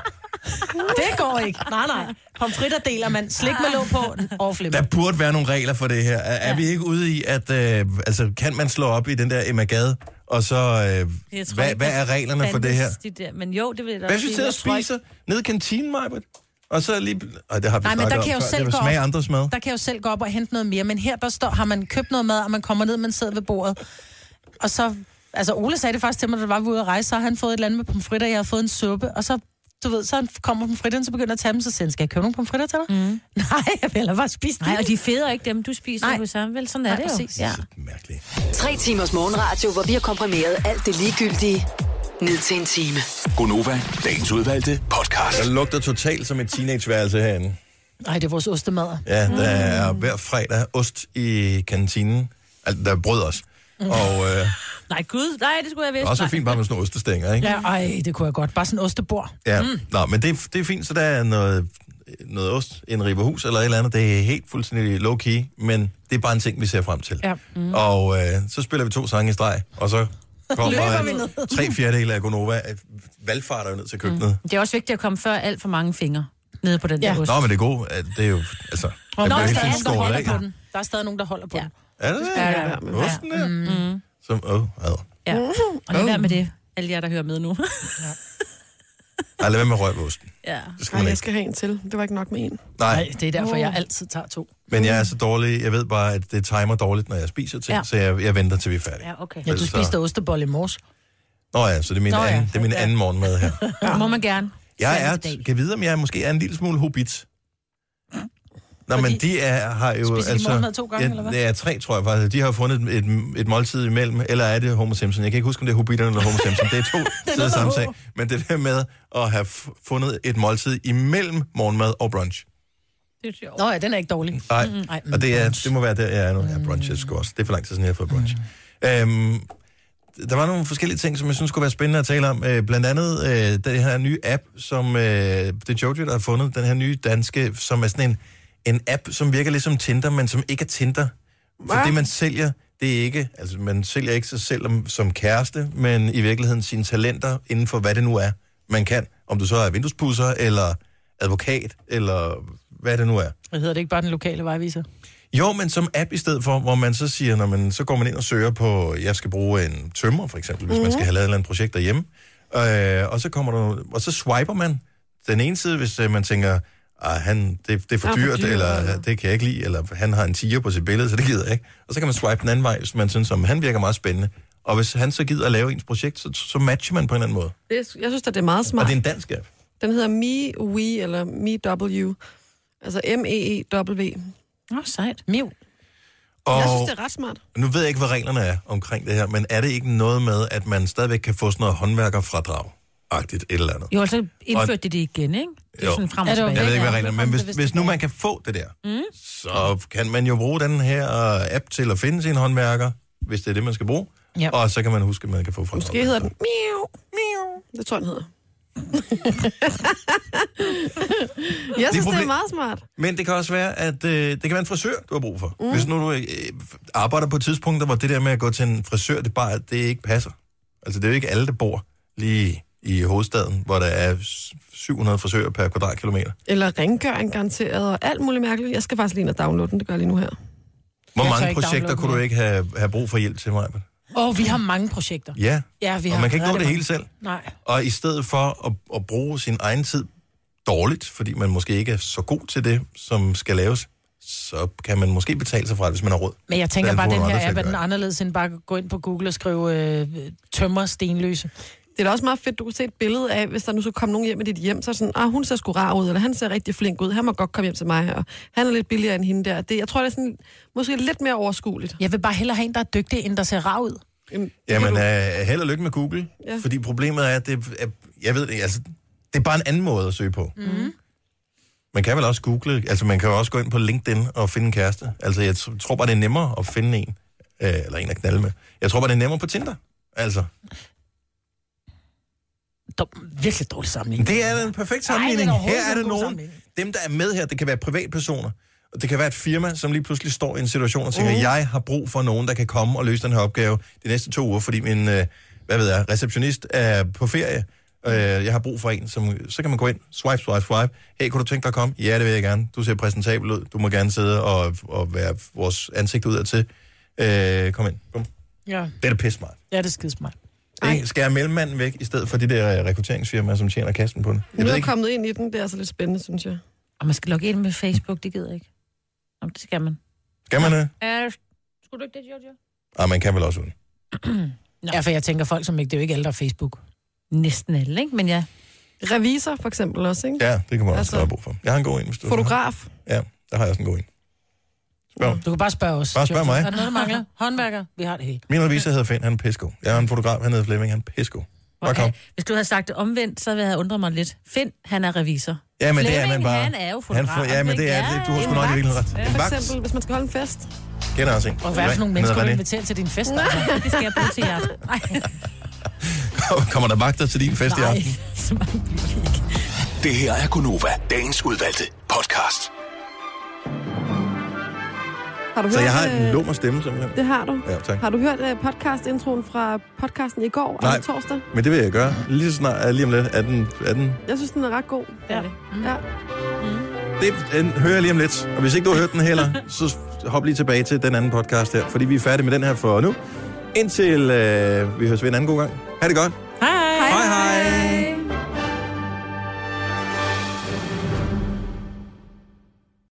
Det går ikke. Nej, nej. Pomfritter deler man. Slik med låg på, off limit. Der burde være nogle regler for det her. Er, er vi ikke ude i, at øh, altså, kan man slå op i den der Emma Gade, og så, øh, Jeg tror hvad, ikke, hvad der er reglerne for det her? fandtes de der, men jo, det vil jeg da Hvad også hvis vi sige. sidder og Jeg tror ikke- spiser nede i kantinen, Majbert? Og så lige... Ej, det har vi Nej, men snakket der om kan jeg jo før. selv Det vil gå smage op. andres mad. Der kan jeg jo selv gå op og hente noget mere, men her der står, har man købt noget mad, og man kommer ned, man sidder ved bordet. Og så, altså Ole sagde det faktisk til mig, da der var vi ude at rejse, så har han fået et eller andet med pomfritter, jeg har fået en suppe, og så, du ved, så kommer pomfritterne, så begynder jeg at tage dem, så siger han, skal jeg købe nogle pomfritter til dig? Mm. Nej, jeg vil hellere bare spise dem. Nej, og de feder ikke dem, du spiser Nej. hos ham. Vel, sådan er Nej, det jo. præcis. Ja. Tre timers morgenradio, hvor vi har komprimeret alt det ligegyldige ned til en time. Gonova, dagens udvalgte podcast. Der lugter totalt som et teenageværelse herinde. Nej, det er vores ostemad. Ja, der er hver fredag ost i kantinen. Altså, der er brød også. Og øh, Nej, gud, nej, det skulle jeg vidst. også Nej. fint bare med sådan nogle ostestænger, ikke? Ja, ej, det kunne jeg godt. Bare sådan en ostebord. Ja, Mm. nå, men det, er- det er fint, så der er noget, noget ost, en ribehus eller et eller andet. Det er helt fuldstændig low-key, men det er bare en ting, vi ser frem til. Ja. Mm. Og øh, så spiller vi to sange i streg, og så Løber kommer vi øh, ned. tre fjerdedele af Gonova valgfarter jo ned til køkkenet. Det er også vigtigt at komme før alt for mange fingre nede på den Ja. der ost. Nå, men det er godt. at Det er jo, altså, Og det der, bliver er helt stadig fint nogen, der skåret holder af. på den. Der er stadig nogen, der holder på den. Er det det? Ja, ja, ja. Osten der? Mm. Som, åh, oh, ad. Ja. Og lad være med det, alle jer, der hører med nu. Ej, lad være med røg ved osten. Ja. Det skal Ej, man jeg ikke. skal have en til. Det var ikke nok med en. Nej, Nej, det er derfor, jeg altid tager to. men jeg er så dårlig. Jeg ved bare, at det timer dårligt, når jeg spiser ting, Ja. så jeg, jeg venter til vi er færdige. Ja, okay. Ja, du Så- spiste ostebolle i morges. Nå ja, så det er min, Nå ja. anden, det er min Ja. anden morgenmad her. Det må man gerne. Jeg Særligt i er, dag. kan vide, om jeg måske er en lille smule hobbit. Nå, men de er, har jo... Spiser de morgenmad to gange, ja, eller hvad? det er tre, tror jeg faktisk. De har jo fundet et, et, et måltid imellem, eller er det Homer Simpson? Jeg kan ikke huske, om det er Hobbiterne eller Homer Simpson. Det er to sider samme sag. Men det der med at have f- fundet et måltid imellem morgenmad og brunch. Det er sjovt. Nå ja, den er ikke dårlig. Nej, Mm. Ej, og det, er, det må være der, jeg er nu. Ja, brunch er sgu også. Det er for lang tid siden, jeg har fået brunch. Mm. Øhm, der var nogle forskellige ting, som jeg synes kunne være spændende at tale om. Øh, blandt andet øh, den her nye app, som øh, det er Jojo, der har fundet. Den her nye danske, som er sådan en, en app, som virker ligesom Tinder, men som ikke er Tinder. For Hvad? det, man sælger, det er ikke... Altså, man sælger ikke sig selv om, som kæreste, men i virkeligheden sine talenter inden for, hvad det nu er, man kan. Om du så er vinduespudser, eller advokat, eller hvad det nu er. Hvad hedder det ikke bare den lokale vejviser? Jo, men som app i stedet for, hvor man så siger, når man, så går man ind og søger på, jeg skal bruge en tømmer, for eksempel, hvis mm-hmm. man skal have lavet et eller andet projekt derhjemme. Øh, og så kommer der, og så swiper man den ene side, hvis øh, man tænker, ah, han, det, det er for Ah, for dyrt, dyrt, eller eller- det kan jeg ikke lide, eller han har en tiger på sit billede, så det gider jeg ikke. Og så kan man swipe den anden vej, hvis man synes, at han virker meget spændende. Og hvis han så gider at lave ens projekt, så, så matcher man på en eller anden måde. Det, jeg synes, at det er meget Og smart. det er en dansk app. Den hedder MeWe, eller MeW. Altså M E E W. Nå, sejt. Miu. Og Jeg synes, det er ret smart. nu ved jeg ikke, hvad reglerne er omkring det her, men er det ikke noget med, at man stadigvæk kan få sådan noget håndværkerfradrag-agtigt et eller andet? Jo, så indførte de det igen, ikke? Det er Jo. sådan frem og Er det tilbage. Jeg ved ikke, hvad Ja, reglerne er, kom men det hvis, vist hvis nu tilbage. man kan få det der, Mm. så kan man jo bruge den her app til at finde sin håndværker, hvis det er det, man skal bruge. Ja. Og så kan man huske, at man kan få fradrag. Måske hedder den Miau. Miau. Det tror jeg, den hedder. Jeg synes, det problem- er meget smart. Men det kan også være, at øh, det kan være en frisør, du har brug for. Mm. Hvis nu du øh, arbejder på tidspunkter, hvor det der med at gå til en frisør, det bare det ikke passer. Altså, det er jo ikke alle, der bor lige i hovedstaden, hvor der er syv hundrede frisører per kvadratkilometer. Eller rengøring garanteret og alt muligt mærkeligt. Jeg skal faktisk lige ind og downloade den. Det gør jeg lige nu her. Hvor Jeg tør mange ikke projekter downloade kunne du den. ikke have, have brug for hjælp til mig? Og vi har mange projekter. Ja, Ja, vi har og man kan ikke nå rigtig det mange. hele selv. Nej. Og i stedet for at, at bruge sin egen tid dårligt, fordi man måske ikke er så god til det, som skal laves, så kan man måske betale sig fra det, hvis man har råd. Men jeg tænker Der er bare, den nogle her andre til app at er den gøre det. anderledes end bare at gå ind på Google og skrive øh, tømmer stenløse. Det er da også meget fedt, du kan se et billede af, hvis der nu så kommer nogen hjem med dit hjem, så er det sådan, ah, hun ser sgu rar ud, eller han ser rigtig flink ud, han må godt komme hjem til mig, og han er lidt billigere end hende der. Det, jeg tror, det er sådan, måske lidt mere overskueligt. Jeg vil bare hellere have en, der er dygtig, end der ser rar ud. Jamen, Jamen, du... uh, held og lykke med Google, Ja. ja. fordi problemet er, at det er, jeg ved det, altså, det er bare en anden måde at søge på. Mm. Man kan vel også google, altså man kan jo også gå ind på LinkedIn og finde en kæreste. Altså jeg t- tror bare, det er nemmere at finde en, øh, eller en at knalde med. Jeg tror bare, det er nemmere på Tinder, altså. Dum, virkelig dårlig sammenligning. Det er en perfekt sammenligning. Ej, her er der nogen, dem der er med her, det kan være privatpersoner, og det kan være et firma, som lige pludselig står i en situation og tænker, uh. jeg har brug for nogen, der kan komme og løse den her opgave de næste to uger, fordi min, øh, hvad ved jeg, receptionist er på ferie, øh, jeg har brug for en, som, så kan man gå ind, swipe, swipe, swipe, hey, kunne du tænke dig at komme? Ja, det vil jeg gerne. Du ser præsentabel ud, du må gerne sidde og, og være vores ansigt udad til. Øh, kom ind. Bum. Ja. Det er da pisse smart. Ja, det er skidesmart. Ikke? Skal jeg mellemmanden væk, i stedet for de der rekrutteringsfirmaer, som tjener kassen på det? Jeg Nu ved er ikke. kommet ind i den, det er altså lidt spændende, synes jeg. Og man skal logge ind med Facebook, det gider jeg ikke. Om det skal man. Skal man det? Ja, skulle du ikke det, Jojo? Ah, man kan vel også uden. Ja, for jeg tænker folk, som ikke, det er jo ikke alle, der er Facebook. Næsten alle, ikke? Men ja. Revisor for eksempel også, ikke? Ja, det kan man også Altså, have brug for. Jeg har en god en, hvis du Fotograf. Ja, der har jeg også en god en. Spørg. Du kan bare spørge os. Bare spørg mig. Er der noget, der mangler? Håndværker? Vi har det hele. Min revisor hedder Finn, han er pissegod. Jeg har en fotograf, han hedder Flemming, han er pissegod. Bare kom. Okay. Hvis du havde sagt det omvendt, så ville jeg have undret mig lidt. Finn, han er revisor. Ja, men det er Flemming, man bare. han er jo fotograf. Han får, ja, men det er det. Du har sgu nok i virkeligheden ret. Ja, En for vagt. eksempel, hvis man skal holde en fest. Kender også en. Og hvad for nogle Han mennesker hedder du René. inviterer til din fest? Nej. Det skal jeg bruge til jer. Nej. Kommer der vagter til din fest i aften? Så mange bliver det ikke. Det her er Gunova, dagens udvalgte podcast. Har du Så hørt, jeg har øh, en lummer stemme, simpelthen. Det har du. Ja, tak. Har du hørt uh, podcast-introen fra podcasten i går, Nej. eller torsdag? Men det vil jeg gøre. Lige så snart, lige om lidt, er den, er den Jeg synes, den er ret god. Det er det. Mm. Ja. Det den hører jeg lige om lidt. Og hvis ikke du har hørt den heller, så hop lige tilbage til den anden podcast her. Fordi vi er færdige med den her for nu. Indtil øh, vi høres ved en anden god gang. Ha' det godt.